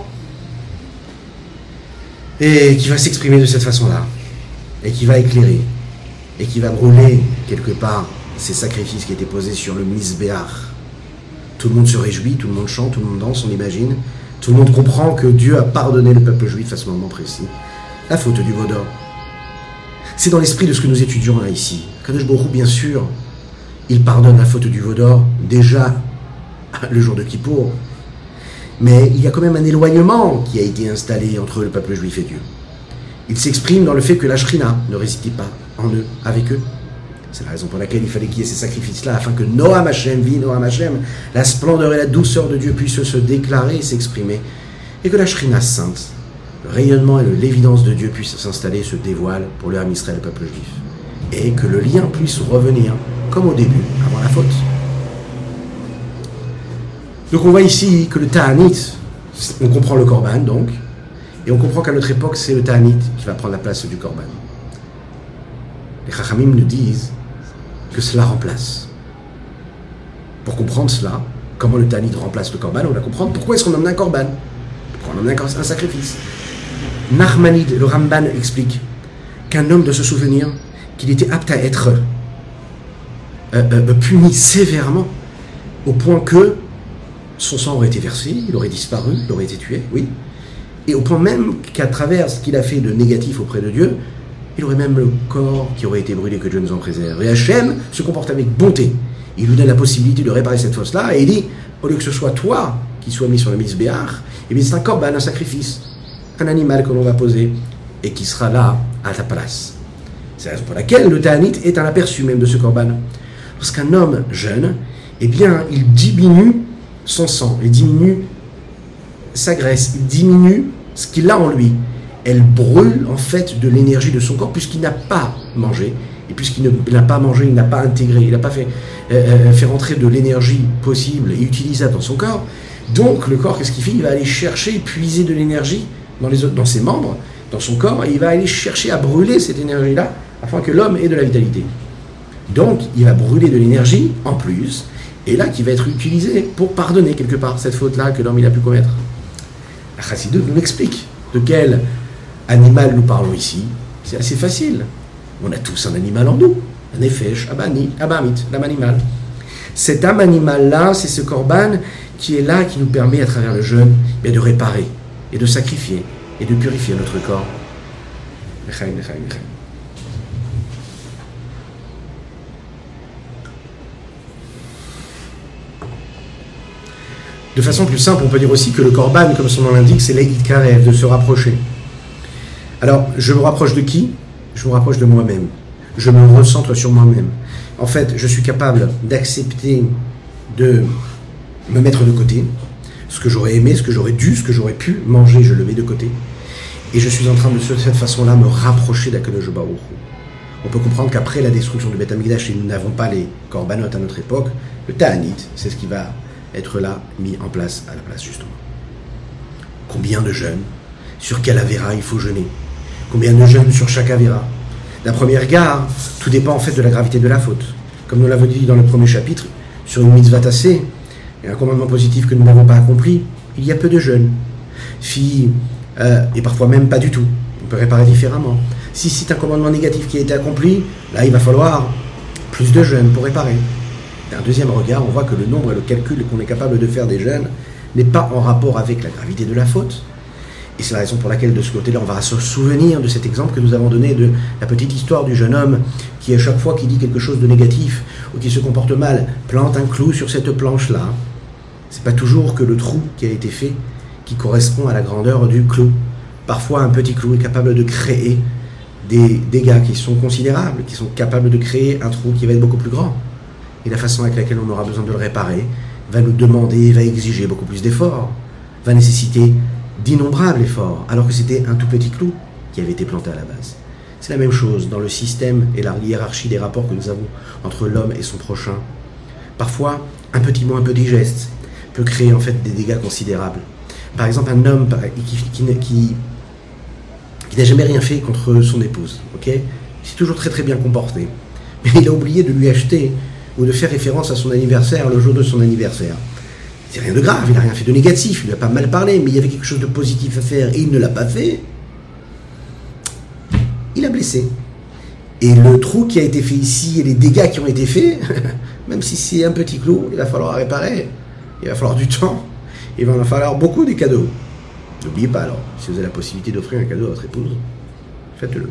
et qui va s'exprimer de cette façon-là, et qui va éclairer, et qui va brûler quelque part ces sacrifices qui étaient posés sur le Misbéach. Tout le monde se réjouit, tout le monde chante, tout le monde danse, on imagine. Tout le monde comprend que Dieu a pardonné le peuple juif à ce moment précis. La faute du Vaudor. C'est dans l'esprit de ce que nous étudions là ici. Kadosh Baruch Hu, bien sûr, il pardonne la faute du Vaudor déjà le jour de Kippour. Mais il y a quand même un éloignement qui a été installé entre le peuple juif et Dieu. Il s'exprime dans le fait que la Shrina ne résidait pas en eux, avec eux. C'est la raison pour laquelle il fallait qu'il y ait ces sacrifices-là, afin que Noam Hashem, vi Noam Hashem, la splendeur et la douceur de Dieu puissent se déclarer et s'exprimer, et que la Shrina sainte, le rayonnement et l'évidence de Dieu puissent s'installer, se dévoilent pour le Ham Israël, le peuple juif, et que le lien puisse revenir comme au début, avant la faute. Donc on voit ici que le Ta'anit, on comprend le Korban donc, et on comprend qu'à notre époque, c'est le Ta'anit qui va prendre la place du Korban. Les Chachamim nous disent que cela remplace. Pour comprendre cela, comment le Ta'anit remplace le Korban, on va comprendre pourquoi est-ce qu'on emmène un Korban, pourquoi on emmène un sacrifice. Nachmanide, le Ramban, explique qu'un homme doit se souvenir qu'il était apte à être euh, euh, puni sévèrement au point que son sang aurait été versé, il aurait disparu, il aurait été tué, oui, et au point même qu'à travers ce qu'il a fait de négatif auprès de Dieu, il aurait même le corps qui aurait été brûlé, que Dieu nous en préserve. Et Hachem se comporte avec bonté. Il lui donne la possibilité de réparer cette fosse-là, et il dit, au lieu que ce soit toi qui sois mis sur le misbéach, eh bien c'est un korban, un sacrifice, un animal que l'on va poser, et qui sera là, à ta place. C'est la raison pour laquelle le Ta'anit est un aperçu même de ce korban. Parce qu'un homme jeune, eh bien, il diminue son sang, il diminue sa graisse, il diminue ce qu'il a en lui. Elle brûle en fait de l'énergie de son corps puisqu'il n'a pas mangé. Et puisqu'il n'a pas mangé, il n'a pas intégré, il n'a pas fait, euh, fait rentrer de l'énergie possible et utilisable dans son corps. Donc le corps, qu'est-ce qu'il fait? Il va aller chercher, puiser de l'énergie dans, les autres, dans ses membres, dans son corps, et il va aller chercher à brûler cette énergie-là afin que l'homme ait de la vitalité. Donc il va brûler de l'énergie en plus, et là qui va être utilisé pour pardonner quelque part cette faute-là que l'homme il a pu commettre. La Chassidut nous l'explique. De quel animal nous parlons ici? C'est assez facile. On a tous un animal en nous. Un nefesh, abani, abamit, l'âme animale. Cet âme animale-là, c'est ce korban qui est là, qui nous permet, à travers le jeûne, bien de réparer, et de sacrifier, et de purifier notre corps. Lechaim, lechaim, lechaim. De façon plus simple, on peut dire aussi que le korban, comme son nom l'indique, c'est l'ikarev, de se rapprocher. Alors, je me rapproche de qui? Je me rapproche de moi-même. Je me recentre sur moi-même. En fait, je suis capable d'accepter de me mettre de côté. Ce que j'aurais aimé, ce que j'aurais dû, ce que j'aurais pu manger, je le mets de côté. Et je suis en train de, de cette façon-là, me rapprocher d'Akadosh Baruch Hu. On peut comprendre qu'après la destruction du Beth Amikdash, et nous n'avons pas les korbanot à notre époque, le Ta'anit, c'est ce qui va être là, mis en place, à la place, justement. Combien de jeûnes? Sur quel avéra il faut jeûner? Combien de jeûnes sur chaque avéra? D'un premier regard, tout dépend en fait de la gravité de la faute. Comme nous l'avons dit dans le premier chapitre, sur une mitzvah tassée, et un commandement positif que nous n'avons pas accompli, il y a peu de jeûnes. Si, euh, et parfois même pas du tout, on peut réparer différemment. Si c'est un commandement négatif qui a été accompli, là il va falloir plus de jeûnes pour réparer. D'un deuxième regard, on voit que le nombre et le calcul qu'on est capable de faire des jeûnes n'est pas en rapport avec la gravité de la faute. Et c'est la raison pour laquelle, de ce côté-là, on va se souvenir de cet exemple que nous avons donné de la petite histoire du jeune homme qui, à chaque fois qu'il dit quelque chose de négatif ou qui se comporte mal, plante un clou sur cette planche-là. C'est pas toujours que le trou qui a été fait qui correspond à la grandeur du clou. Parfois, un petit clou est capable de créer des dégâts qui sont considérables, qui sont capables de créer un trou qui va être beaucoup plus grand. Et la façon avec laquelle on aura besoin de le réparer va nous demander, va exiger beaucoup plus d'efforts, va nécessiter d'innombrables efforts, alors que c'était un tout petit clou qui avait été planté à la base. C'est la même chose dans le système et la hiérarchie des rapports que nous avons entre l'homme et son prochain. Parfois, un petit mot, un petit geste peut créer en fait des dégâts considérables. Par exemple, un homme qui, qui, qui, qui n'a jamais rien fait contre son épouse, ok? Il s'est toujours très très bien comporté, mais il a oublié de lui acheter ou de faire référence à son anniversaire le jour de son anniversaire. C'est rien de grave, il n'a rien fait de négatif, il lui a pas mal parlé, mais il y avait quelque chose de positif à faire et il ne l'a pas fait. Il a blessé. Et le trou qui a été fait ici et les dégâts qui ont été faits, même si c'est un petit clou, il va falloir réparer, il va falloir du temps, il va en falloir beaucoup des cadeaux. N'oubliez pas alors, si vous avez la possibilité d'offrir un cadeau à votre épouse, faites-le.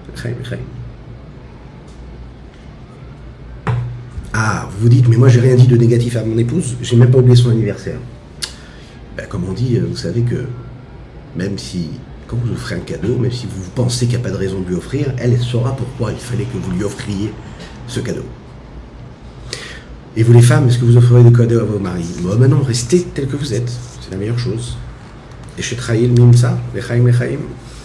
Ah, vous vous dites, mais moi j'ai rien dit de négatif à mon épouse, j'ai même pas oublié son anniversaire. Ben, comme on dit, vous savez que même si, quand vous offrez un cadeau, même si vous pensez qu'il n'y a pas de raison de lui offrir, elle saura pourquoi il fallait que vous lui offriez ce cadeau. Et vous les femmes, est-ce que vous offrez des cadeaux à vos maris? Bon, maintenant, restez tel que vous êtes, c'est la meilleure chose. Et chez Traïl Mimsa, Lechaim Lechaim.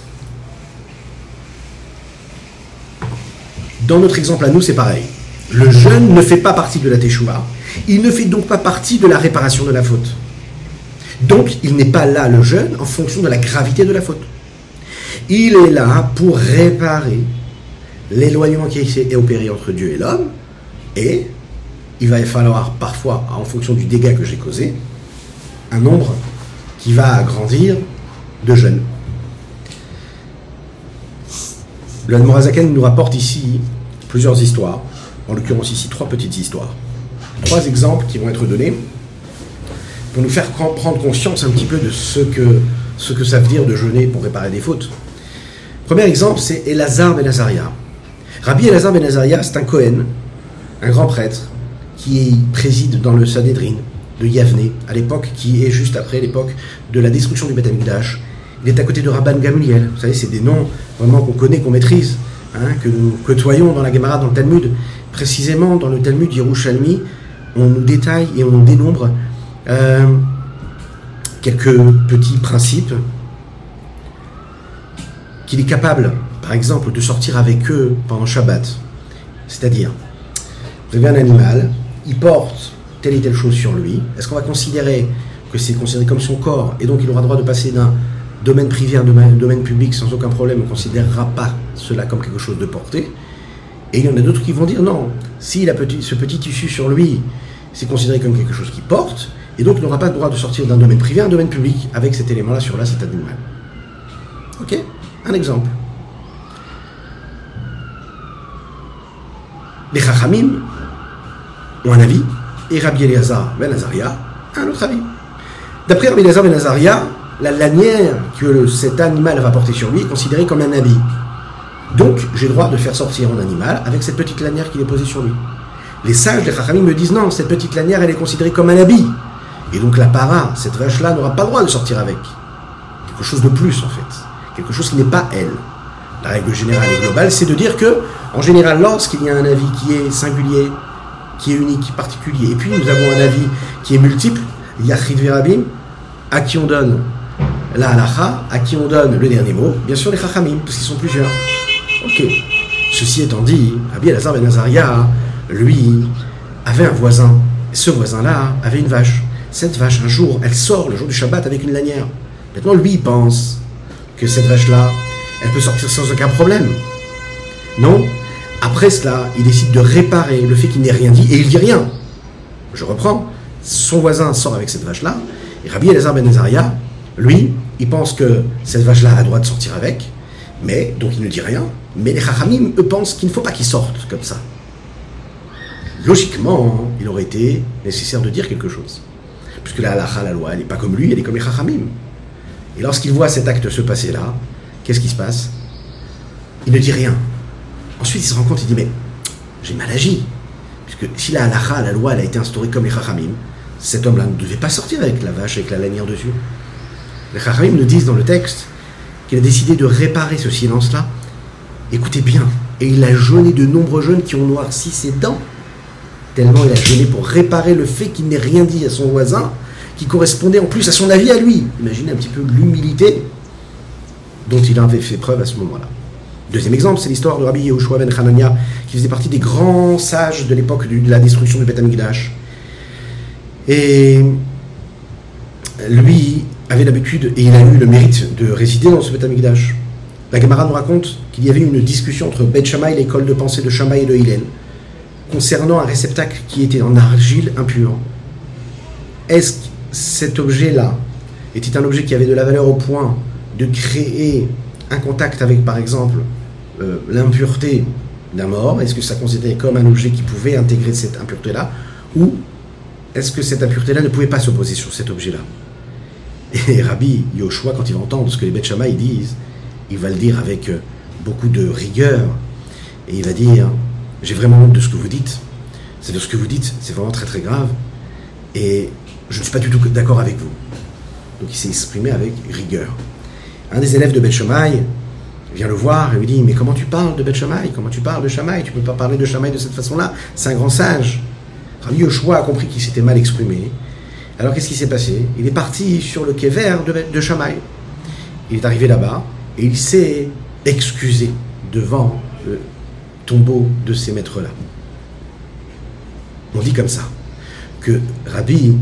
Dans notre exemple à nous, c'est pareil. Le jeûne ne fait pas partie de la teshuva. Il ne fait donc pas partie de la réparation de la faute. Donc, il n'est pas là, le jeûne, en fonction de la gravité de la faute. Il est là pour réparer l'éloignement qui est opéré entre Dieu et l'homme. Et il va falloir parfois, en fonction du dégât que j'ai causé, un nombre qui va agrandir de jeûne. Le Admorazaken nous rapporte ici plusieurs histoires. En l'occurrence ici, trois petites histoires. Trois exemples qui vont être donnés pour nous faire prendre conscience un petit peu de ce que, ce que ça veut dire de jeûner pour réparer des fautes. Premier exemple, c'est Elazar ben Azaria. Rabbi Elazar ben Azaria, c'est un Kohen, un grand prêtre, qui préside dans le Sanhédrin de Yavne, à l'époque qui est juste après l'époque de la destruction du Beth Amikdash. Il est à côté de Rabban Gamliel. Vous savez, c'est des noms vraiment qu'on connaît, qu'on maîtrise, hein, que nous côtoyons dans la Gemara, dans le Talmud. Précisément, dans le Talmud Yerushalmi, on nous détaille et on nous dénombre euh, quelques petits principes qu'il est capable, par exemple, de sortir avec eux pendant Shabbat. C'est-à-dire, vous avez un animal, il porte telle et telle chose sur lui. Est-ce qu'on va considérer que c'est considéré comme son corps et donc il aura le droit de passer d'un domaine privé à un domaine, domaine public sans aucun problème? On ne considérera pas cela comme quelque chose de porté. Et il y en a d'autres qui vont dire non, si la petite, ce petit tissu sur lui, c'est considéré comme quelque chose qui porte, et donc il n'aura pas le droit de sortir d'un domaine privé à un domaine public avec cet élément-là sur là, cet animal. Ok, un exemple. Les Chachamim ont un avis, et Rabbi Eliezer ben Azaria a un autre avis. D'après Rabbi Eliezer ben Azaria, la lanière que cet animal va porter sur lui est considérée comme un habit. Donc, j'ai le droit de faire sortir un animal avec cette petite lanière qu'il est posée sur lui. Les sages des Chachamim me disent non, cette petite lanière, elle est considérée comme un habit. Et donc la para, cette vache-là, n'aura pas le droit de sortir avec. Quelque chose de plus, en fait. Quelque chose qui n'est pas elle. La règle générale et globale, c'est de dire que, en général, lorsqu'il y a un avis qui est singulier, qui est unique, particulier, et puis nous avons un avis qui est multiple, Yachid Verabim, à qui on donne la halacha, à qui on donne le dernier mot, bien sûr les Chachamim, parce qu'ils sont plusieurs. Ok. Ceci étant dit, Rabbi Elazar ben Azaria, lui, avait un voisin. Ce voisin-là avait une vache. Cette vache, un jour, elle sort le jour du Shabbat avec une lanière. Maintenant, lui, il pense que cette vache-là, elle peut sortir sans aucun problème. Non. Après cela, il décide de réparer le fait qu'il n'ait rien dit, et il dit rien. Je reprends. Son voisin sort avec cette vache-là, et Rabbi Elazar ben Azaria, lui, il pense que cette vache-là a le droit de sortir avec, mais, donc il ne dit rien, mais les Chachamim, eux, pensent qu'il ne faut pas qu'il sorte comme ça. Logiquement, il aurait été nécessaire de dire quelque chose. Puisque la halacha, la loi, elle n'est pas comme lui, elle est comme les Chachamim. Et lorsqu'il voit cet acte se passer là, qu'est-ce qui se passe? Il ne dit rien. Ensuite, il se rend compte, il dit, mais j'ai mal agi. Puisque si la halacha, la loi, elle a été instaurée comme les Chachamim, cet homme-là ne devait pas sortir avec la vache, avec la lanière dessus. Les Chachamim nous disent dans le texte qu'il a décidé de réparer ce silence-là. Écoutez bien, et il a jeûné de nombreux jeûnes qui ont noirci ses dents. Tellement il a jeûné pour réparer le fait qu'il n'ait rien dit à son voisin, qui correspondait en plus à son avis à lui. Imaginez un petit peu l'humilité dont il avait fait preuve à ce moment-là. Deuxième exemple, c'est l'histoire de Rabbi Yehoshua ben Hanania, qui faisait partie des grands sages de l'époque de la destruction du Beth Amikdash. Et lui avait l'habitude, et il a eu le mérite de résider dans ce Beth Amikdash. La Gemara nous raconte qu'il y avait une discussion entre Beth Shammai, l'école de pensée de Shammai et de Hillel, concernant un réceptacle qui était en argile impure. Est-ce que cet objet-là était un objet qui avait de la valeur au point de créer un contact avec, par exemple, euh, l'impureté d'un mort? Est-ce que ça considérait comme un objet qui pouvait intégrer cette impureté-là? Ou est-ce que cette impureté-là ne pouvait pas se poser sur cet objet-là? Et Rabbi Yehoshua, quand il va entendre ce que les Beth Shammai disent, il va le dire avec beaucoup de rigueur, et il va dire: j'ai vraiment honte de ce que vous dites, c'est de ce que vous dites, c'est vraiment très très grave, et je ne suis pas du tout d'accord avec vous. Donc il s'est exprimé avec rigueur. Un des élèves de Beth Shammai vient le voir et lui dit: mais comment tu parles de Beth Shammai? Comment tu parles de Shammai? Tu ne peux pas parler de Shammai de cette façon-là, c'est un grand sage. Rabbi Yehoshua a compris qu'il s'était mal exprimé. Alors qu'est-ce qui s'est passé? Il est parti sur le quai vert de, de Shammai. Il est arrivé là-bas et il s'est excusé devant le tombeau de ces maîtres-là. On dit comme ça que Rabbi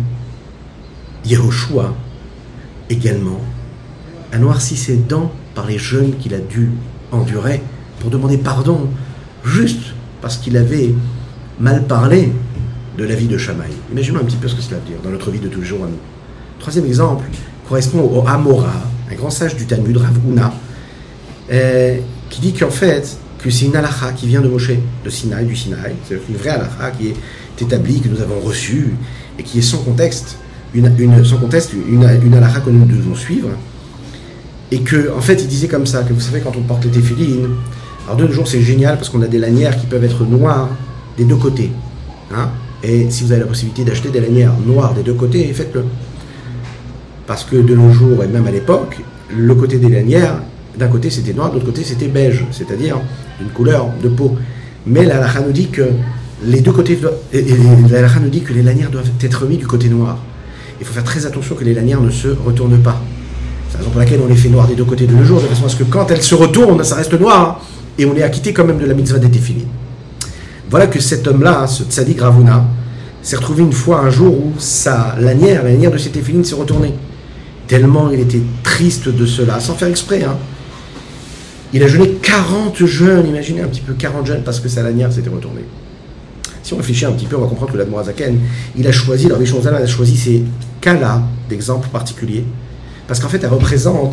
Yehoshua également a noirci ses dents par les jeûnes qu'il a dû endurer pour demander pardon, juste parce qu'il avait mal parlé de la vie de Shammai. Imaginons un petit peu ce que cela veut dire dans notre vie de tous les jours à nous. Troisième exemple correspond au Amora, un grand sage du Talmud, Rav Huna, euh, qui dit qu'en fait, que c'est une halakha qui vient de Moshe, de Sinaï, du Sinaï, c'est une vraie halakha qui est établie, que nous avons reçue, et qui est sans contexte, une, une, sans contexte, une, une halakha que nous devons suivre, et que, en fait, il disait comme ça, que vous savez, quand on porte les téphilines, alors de nos jours, c'est génial, parce qu'on a des lanières qui peuvent être noires des deux côtés, hein, et si vous avez la possibilité d'acheter des lanières noires des deux côtés, faites-le. Parce que de nos jours, et même à l'époque, le côté des lanières, d'un côté c'était noir, de l'autre côté c'était beige, c'est-à-dire une couleur de peau. Mais la halakha nous dit que les deux côtés, et, et la halakha nous dit que les lanières doivent être mises du côté noir. Il faut faire très attention que les lanières ne se retournent pas. C'est la raison pour laquelle on les fait noires des deux côtés de nos jours, de façon à ce que quand elles se retournent, ça reste noir, et on est acquitté quand même de la mitzvah des téphilines. Voilà que cet homme-là, ce tzaddik Rav Huna, s'est retrouvé une fois un jour où sa lanière, la lanière de ses téphilines s'est retournée. Tellement il était triste de cela, sans faire exprès. Hein. Il a jeûné quarante jeûnes, imaginez un petit peu quarante jeûnes parce que sa lanière s'était retournée. Si on réfléchit un petit peu, on va comprendre que l'Admor Hazaken, il a choisi, alors Zalman a choisi ces cas-là d'exemples particuliers, parce qu'en fait, elle représente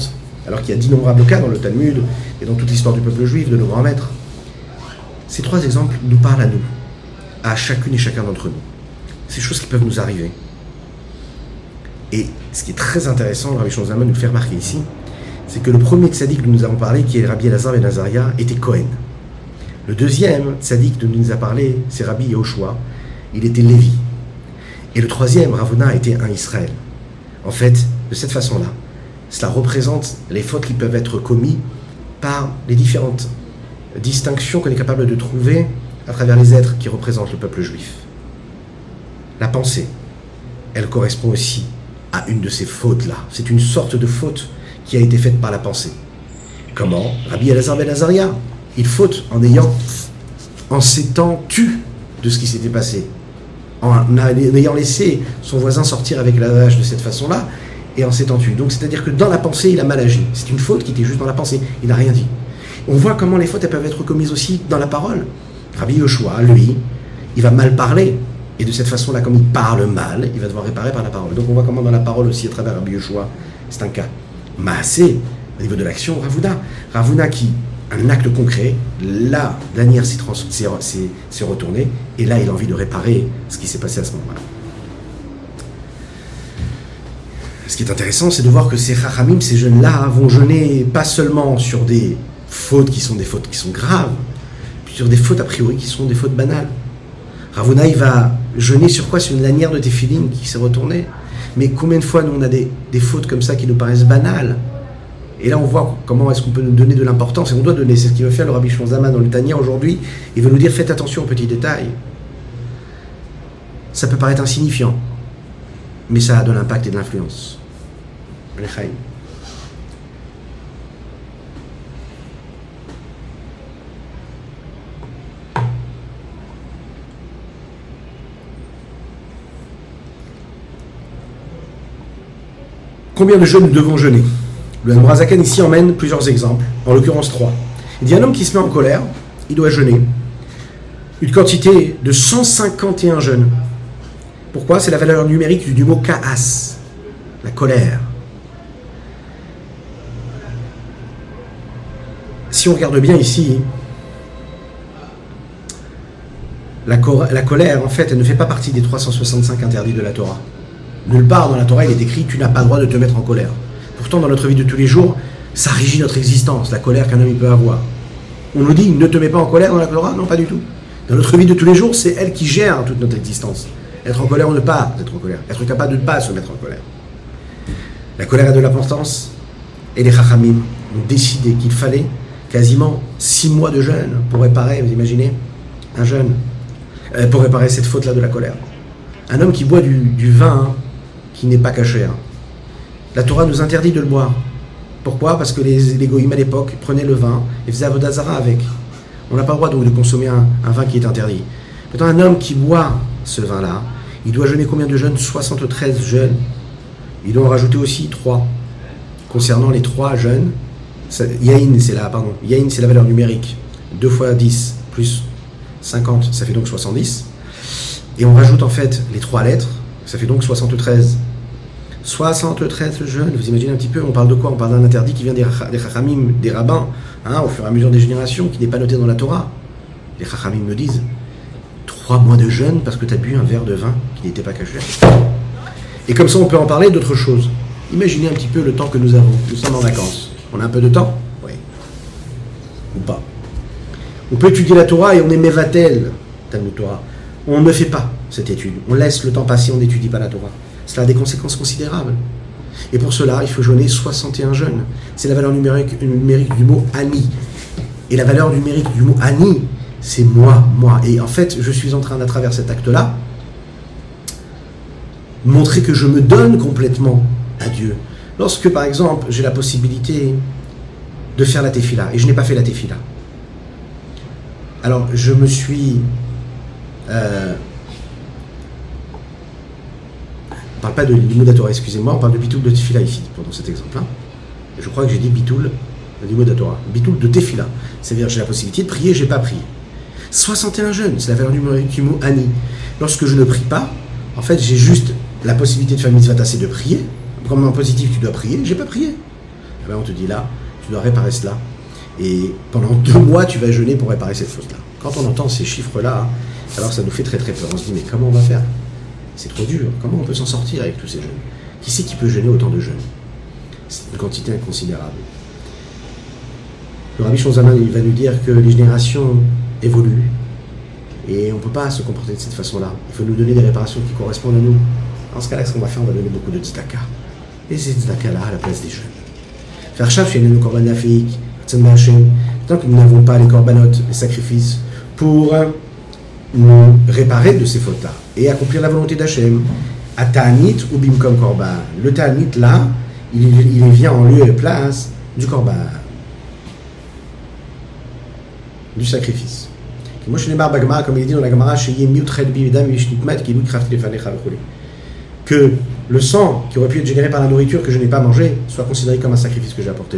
alors qu'il y a d'innombrables cas dans le Talmud et dans toute l'histoire du peuple juif, de nos grands maîtres. Ces trois exemples nous parlent à nous, à chacune et chacun d'entre nous. Ces choses qui peuvent nous arriver. Et ce qui est très intéressant, le Rabbi Shlomo Zalman nous le fait remarquer ici, c'est que le premier tzaddik dont nous avons parlé, qui est Rabbi Elazar ben Azaria, était Cohen. Le deuxième tzaddik dont nous a parlé, c'est Rabbi Yehoshua, il était Lévi. Et le troisième, Rav Huna, était un Israël. En fait, de cette façon-là, cela représente les fautes qui peuvent être commises par les différentes distinctions qu'on est capable de trouver à travers les êtres qui représentent le peuple juif. La pensée, elle correspond aussi à une de ces fautes-là. C'est une sorte de faute qui a été faite par la pensée. Comment? Rabbi Elazar ben Azaria, il faute en ayant, en s'étant tu de ce qui s'était passé, en ayant laissé son voisin sortir avec la vache de cette façon-là, et en s'étant tu. Donc c'est-à-dire que dans la pensée, il a mal agi. C'est une faute qui était juste dans la pensée. Il n'a rien dit. On voit comment les fautes elles peuvent être commises aussi dans la parole. Rabbi Yehoshua, lui, il va mal parler. Et de cette façon-là, comme il parle mal, il va devoir réparer par la parole. Donc on voit comment dans la parole aussi, à travers Rabbi Yehoshua, c'est un cas. Maasé, au niveau de l'action, Rav Huna. Rav Huna qui, un acte concret, là, Daniel s'est, trans- s'est, s'est, s'est retourné, et là, il a envie de réparer ce qui s'est passé à ce moment-là. Ce qui est intéressant, c'est de voir que ces Chachamim, ces jeunes-là, vont jeûner pas seulement sur des fautes qui sont des fautes qui sont graves, puis sur des fautes a priori qui sont des fautes banales. Rav Huna, il va jeûner sur quoi? Sur une lanière de téphilin qui s'est retournée. Mais combien de fois nous on a des, des fautes comme ça qui nous paraissent banales? Et là on voit comment est-ce qu'on peut nous donner de l'importance, et on doit donner. C'est ce qu'il veut faire le Rabbi Shlomo Zalman dans le Tanya aujourd'hui. Il veut nous dire faites attention aux petits détails. Ça peut paraître insignifiant, mais ça a de l'impact et de l'influence. Lechaim. Combien de jeûnes nous devons jeûner? Le Hanbrazaken ici emmène plusieurs exemples, en l'occurrence trois. Il dit un homme qui se met en colère, il doit jeûner une quantité de cent cinquante et un jeûnes. Pourquoi? C'est la valeur numérique du mot kaas, la colère. Si on regarde bien ici, la, cor- la colère, en fait, elle ne fait pas partie des trois cent soixante-cinq interdits de la Torah. Nulle part dans la Torah, il est écrit « tu n'as pas le droit de te mettre en colère ». Pourtant, dans notre vie de tous les jours, ça régit notre existence, la colère qu'un homme peut avoir. On nous dit « ne te mets pas en colère dans la Torah ». Non, pas du tout. Dans notre vie de tous les jours, c'est elle qui gère toute notre existence. Être en colère ou ne pas être en colère. Être capable de ne pas se mettre en colère. La colère a de l'importance. Et les Chachamim ont décidé qu'il fallait quasiment six mois de jeûne pour réparer, vous imaginez, un jeûne, euh, pour réparer cette faute-là de la colère. Un homme qui boit du, du vin qui n'est pas caché. Hein. La Torah nous interdit de le boire. Pourquoi? Parce que les, les goïms à l'époque prenaient le vin et faisaient avodat zara avec. On n'a pas le droit donc de consommer un, un vin qui est interdit. Maintenant, un homme qui boit ce vin-là, il doit jeûner combien de jeûnes? soixante-treize jeûnes. Il doit en rajouter aussi trois. Concernant les trois jeûnes, Yahin, c'est la, pardon, Yahin, c'est la valeur numérique. deux fois dix plus cinquante, ça fait donc soixante-dix. Et on rajoute en fait les trois lettres, ça fait donc soixante-treize. soixante-treize jeûnes, vous imaginez un petit peu, on parle de quoi? On parle d'un interdit qui vient des Chachamim, des rabbins, hein, au fur et à mesure des générations, qui n'est pas noté dans la Torah. Les Chachamim me disent trois mois de jeûne parce que tu as bu un verre de vin qui n'était pas caché. Et comme ça, on peut en parler d'autres choses. Imaginez un petit peu le temps que nous avons. Nous sommes en vacances. On a un peu de temps? Oui. Ou pas. On peut étudier la Torah et on est mevatel, Talmud Torah. On ne fait pas cette étude. On laisse le temps passer, on n'étudie pas la Torah. Cela a des conséquences considérables. Et pour cela, il faut jeûner soixante et un jeûnes. C'est la valeur numérique, numérique du mot ani. Et la valeur numérique du mot ani, c'est moi, moi. Et en fait, je suis en train, à travers cet acte-là, montrer que je me donne complètement à Dieu. Lorsque, par exemple, j'ai la possibilité de faire la tefila, et je n'ai pas fait la tefila, alors je me suis... Euh, on ne parle pas de l'imoud Torah, excusez-moi, on parle de bitoul de tefila ici, pendant cet exemple-là. Je crois que j'ai dit bitoul de l'imoud Torah. Bitoul de tefila. C'est-à-dire, j'ai la possibilité de prier, je n'ai pas prié. soixante et un jeûnes, c'est la valeur numérique du mot ani. Lorsque je ne prie pas, en fait, j'ai juste la possibilité de faire mitzvah tassé de prier. Comme en positif, tu dois prier, j'ai pas prié. ben on te dit là, tu dois réparer cela. Et pendant deux mois, tu vas jeûner pour réparer cette faute-là. Quand on entend ces chiffres-là, alors ça nous fait très très peur. On se dit, mais comment on va faire? C'est trop dur. Comment on peut s'en sortir avec tous ces jeûnes? Qui c'est qui peut jeûner autant de jeûnes? C'est une quantité inconsidérable. Le Rabbi Shonzaman, il va nous dire que les générations évoluent et on ne peut pas se comporter de cette façon-là. Il faut nous donner des réparations qui correspondent à nous. Dans ce cas-là, ce qu'on va faire, on va donner beaucoup de tzedaka. Et ces tzedaka-là à la place des jeûnes. Faire chaf chez nous, korban lafik, tant que nous n'avons pas les corbanotes, les sacrifices, pour nous réparer de ces fautes-là et accomplir la volonté d'Hachem. À Ta'anit ou Bimkom Korban. Le Ta'anit, là, il, il vient en lieu et place du Korban, du sacrifice. Moi, je suis né Bagmara, comme il dit dans la Gemara, que le sang qui aurait pu être généré par la nourriture que je n'ai pas mangé soit considéré comme un sacrifice que j'ai apporté.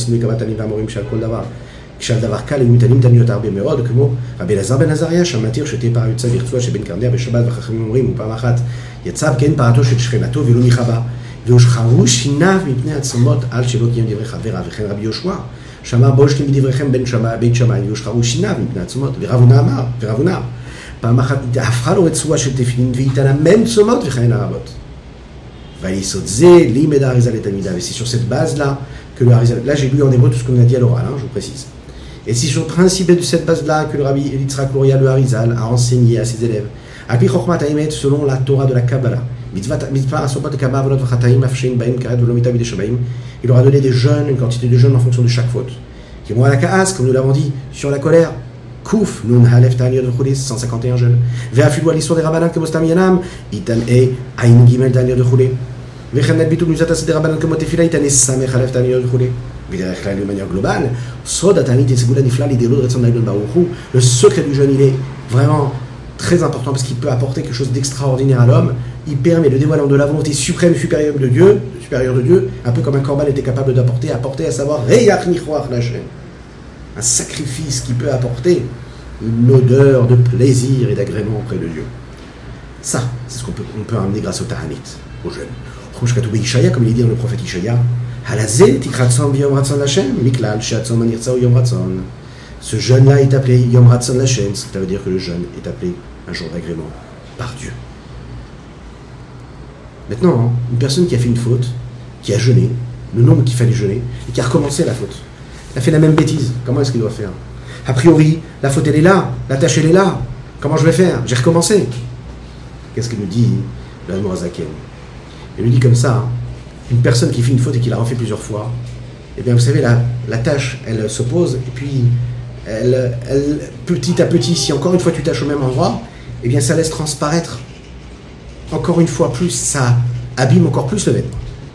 כמו רבי אלעזר בן עזריה שמתיר שתהיה פרה יוצא ברצועה שבן קרניה בשבת וחכמים אומרים ופעם אחת יצא כן פרתו של שכנתו ולא נכבה והושחרו שיניו מפני עצמות על שלא קיים דברי חברה וכן רבי יהושע שאמר בושלים בדבריכם בית שמאי והושחרו שיניו מפני עצמות ורב הונא אמר ורב הונא פעם אחת הפכה לו רצועה של תפילין והתעלם צומות וכהן הרבות והיסוד זה לימד האריזה לתלמידה. Et c'est sur cette base là que le Harizal, là j'ai lu en hébreu tout ce qu'on a dit à l'oral, hein, je vous précise. Et c'est sur le principe de cette base-là que le Rabbi Yitzhak Luria, le Harizal, a enseigné à ses élèves. Api Chokhmat Haemet, selon la Torah de la Kabbalah. Mitzvah Asopot Kabbalah Avodot Vachataim Afshin Baim Karet Velomita Bideshabaim. Il leur a donné des jeûnes, une quantité de jeûnes en fonction de chaque faute. Qui vont à la Kaas, comme nous l'avons dit, sur la colère. Kouf, Nun Halef Ta'aniot V'Choulis, cent cinquante et un jeûnes. Ve'afilu al l'histoire des Rabbanan Kemostam Yanam, Itan E, Aïn Gimel Ta'aniot V'Choulis. Ve'chenet Bitul Nuzatas des Rabbanan Kemotefila, Itan E Samech Halef Ta'aniot V'Choulis. De manière globale, le secret du jeûne, il est vraiment très important parce qu'il peut apporter quelque chose d'extraordinaire à l'homme. Il permet le dévoilement de la volonté suprême supérieure de Dieu, supérieure de Dieu, un peu comme un korban était capable d'apporter, apporter à savoir un sacrifice qui peut apporter une odeur de plaisir et d'agrément auprès de Dieu. Ça, c'est ce qu'on peut, on peut amener grâce au Ta'anit, au jeûne. Comme il dit dans le prophète Ishaïa, ce jeûne-là est appelé Yom Ratzon Lashem, ça veut dire que le jeûne est appelé un jour d'agrément par Dieu. Maintenant, une personne qui a fait une faute, qui a jeûné, le nombre qu'il fallait jeûner, et qui a recommencé la faute, il a fait la même bêtise, comment est-ce qu'il doit faire? A priori, la faute elle est là, la tâche elle est là, comment je vais faire? J'ai recommencé. Qu'est-ce qu'il nous dit le Mourazaken? Il nous dit comme ça, hein, une personne qui fait une faute et qui la refait plusieurs fois, eh bien vous savez, la, la tâche, elle s'oppose, et puis elle, elle, petit à petit, si encore une fois tu tâches au même endroit, eh bien ça laisse transparaître encore une fois plus, ça abîme encore plus le vêtement.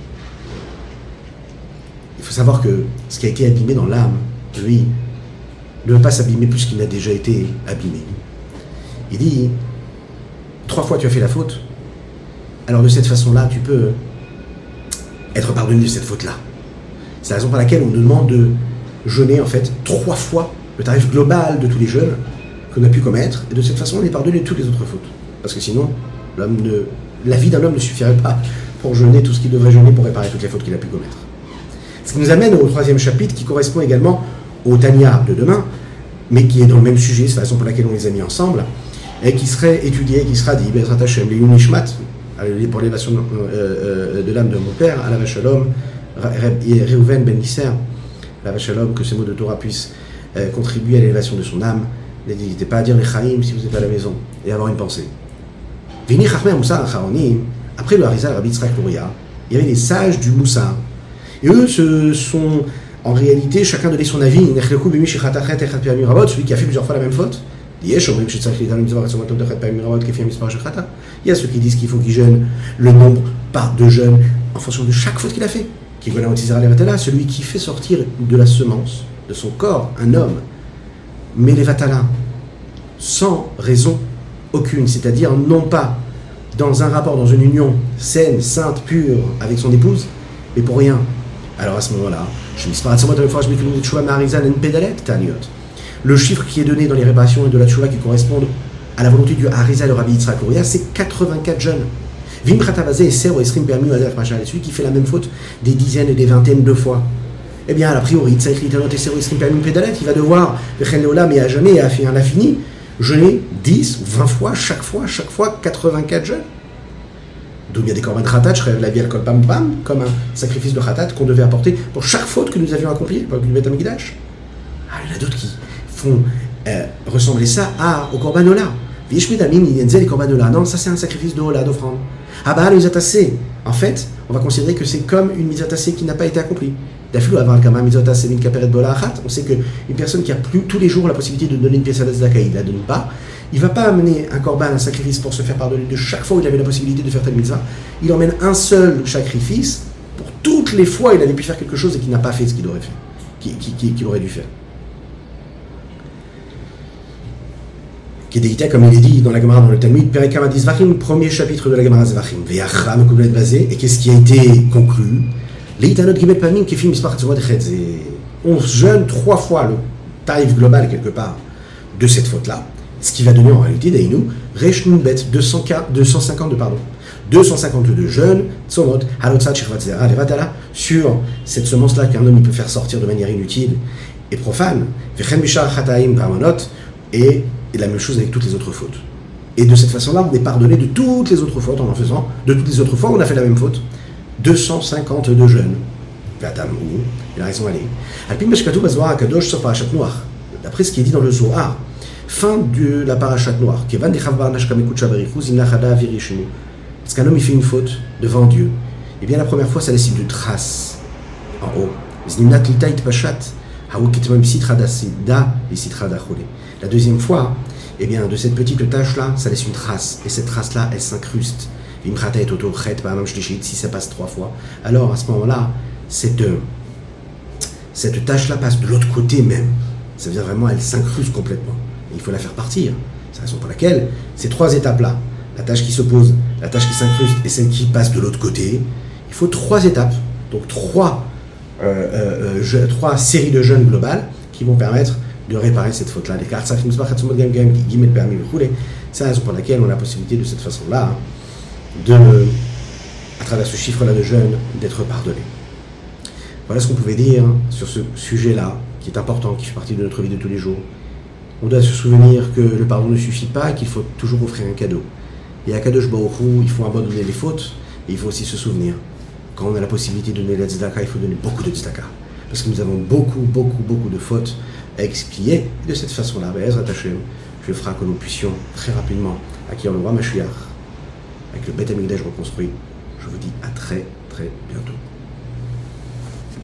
Il faut savoir que ce qui a été abîmé dans l'âme, lui, ne veut pas s'abîmer plus qu'il n'a déjà été abîmé. Il dit, trois fois tu as fait la faute, alors de cette façon-là, tu peux être pardonné de cette faute-là. C'est la raison pour laquelle on nous demande de jeûner en fait trois fois le tarif global de tous les jeûnes qu'on a pu commettre, et de cette façon on est pardonné de toutes les autres fautes. Parce que sinon, l'homme ne, la vie d'un homme ne suffirait pas pour jeûner tout ce qu'il devrait jeûner pour réparer toutes les fautes qu'il a pu commettre. Ce qui nous amène au troisième chapitre qui correspond également au Tanya de demain, mais qui est dans le même sujet, c'est la raison pour laquelle on les a mis ensemble, et qui serait étudié, qui sera dit, Bezrat Hashem, les Yunishmat, pour l'élévation de, de l'âme de mon père, à la Shalom, Reuven Ben Nisser, la Shalom, que ces mots de Torah puissent euh, contribuer à l'élévation de son âme. N'hésitez pas à dire les Chaim si vous êtes à la maison et à avoir une pensée. Vini Chachmei Moussar Acharonim, après le Harizal Rabbi Yitzhak Luria, il y avait les sages du Moussar. Et eux, ce sont en réalité, chacun donnait son avis. Celui qui a fait plusieurs fois la même faute. Il y a ceux qui disent qu'il faut qu'il jeûne le nombre de jeûnes en fonction de chaque faute qu'il a fait. Celui qui fait sortir de la semence de son corps un homme, mais les vatala, sans raison aucune, c'est-à-dire non pas dans un rapport, dans une union saine, sainte, pure avec son épouse, mais pour rien. Alors à ce moment-là, le chiffre qui est donné dans les réparations et de la tchouva qui correspondent à la volonté du Harizal le Rabbi Yitzhak Luria, c'est quatre-vingt-quatre jeunes. Celui qui fait la même faute des dizaines et des vingtaines de fois. eh bien, a priori, il va devoir, mais à jamais, à l'infini, jeûner dix ou vingt fois, chaque fois, chaque fois, quatre-vingt-quatre jeûnes. D'où il y a des korban khatat, la biel kol pam pam, comme un sacrifice de khatat qu'on devait apporter pour chaque faute que nous avions accomplie pour le Beth Amikdash. Ah, il y en a d'autres qui font euh, ressembler ça à, au korban ola. Les korban ola, non, ça c'est un sacrifice de ola, d'offrande. Ah bah, le mitzvah en fait, on va considérer que c'est comme une mitzvah qui n'a pas été accomplie. On sait qu'une personne qui a plus tous les jours la possibilité de donner une pièce à la tzedaka, il ne la donne pas. Il ne va pas amener un korban, un sacrifice pour se faire pardonner de chaque fois où il avait la possibilité de faire telle mitzvah. Il emmène un seul sacrifice pour toutes les fois où il avait pu faire quelque chose et qu'il n'a pas fait ce qu'il aurait fait, qu'il, qu'il, qu'il aurait dû faire. Kedeïta, comme il est dit dans la Gemara, dans le Talmud, Perek Hamad Zvachim, premier chapitre de la Gemara Zvachim. Ve'achram Kublet Bazé, et qu'est-ce qui a été conclu? Leitanot Gimel Pamim, Kefim Mispar Tzorot Echetz. On jeûne trois fois le tarif global, quelque part, de cette faute-là. Ce qui va donner en réalité, Daïnou, Resh Nunbet, deux cent cinquante, pardon, deux cent cinquante-deux jeunes, Tzomot, Halotzat Shirvat Zera, Levatala, sur cette semence-là qu'un homme il peut faire sortir de manière inutile et profane, Vechem Bishar Chataim Bamanot, et, et la même chose avec toutes les autres fautes. Et de cette façon-là, on est pardonné de toutes les autres fautes en en faisant, de toutes les autres fois où on a fait la même faute, deux cent cinquante-deux jeunes. Vatam, où il a raison d'aller. Alpim Beshkatou Bazwar Akadosh sur Parashat Noach, d'après ce qui est dit dans le Zohar. Fin de la parachat noire. Parce qu'un homme il fait une faute devant Dieu. Et bien la première fois, ça laisse une trace en haut. La deuxième fois, et bien de cette petite tâche là, ça laisse une trace. Et cette trace là, elle s'incruste. Si ça passe trois fois, alors à ce moment-là, cette, cette tâche là passe de l'autre côté même. Ça veut dire vraiment, elle s'incruste complètement. Il faut la faire partir. C'est la raison pour laquelle ces trois étapes-là, la tâche qui s'oppose, la tâche qui s'incruste et celle qui passe de l'autre côté, il faut trois étapes, donc trois, euh, euh, je, trois séries de jeûnes globales qui vont permettre de réparer cette faute-là. C'est la raison pour laquelle on a la possibilité de cette façon-là, de, à travers ce chiffre-là de jeûne, d'être pardonné. Voilà ce qu'on pouvait dire sur ce sujet-là, qui est important, qui fait partie de notre vie de tous les jours. On doit se souvenir que le pardon ne suffit pas, qu'il faut toujours offrir un cadeau. Et à Kadosh Baruch Hu, il faut abandonner les fautes, et il faut aussi se souvenir. Quand on a la possibilité de donner la tzedaka, il faut donner beaucoup de tzedaka. Parce que nous avons beaucoup, beaucoup, beaucoup de fautes à expier. Et de cette façon-là, Be'ezrat Hashem, je ferai que nous puissions très rapidement acquérir le roi Mashiach, avec le Beth Amikdash reconstruit. Je vous dis à très, très bientôt.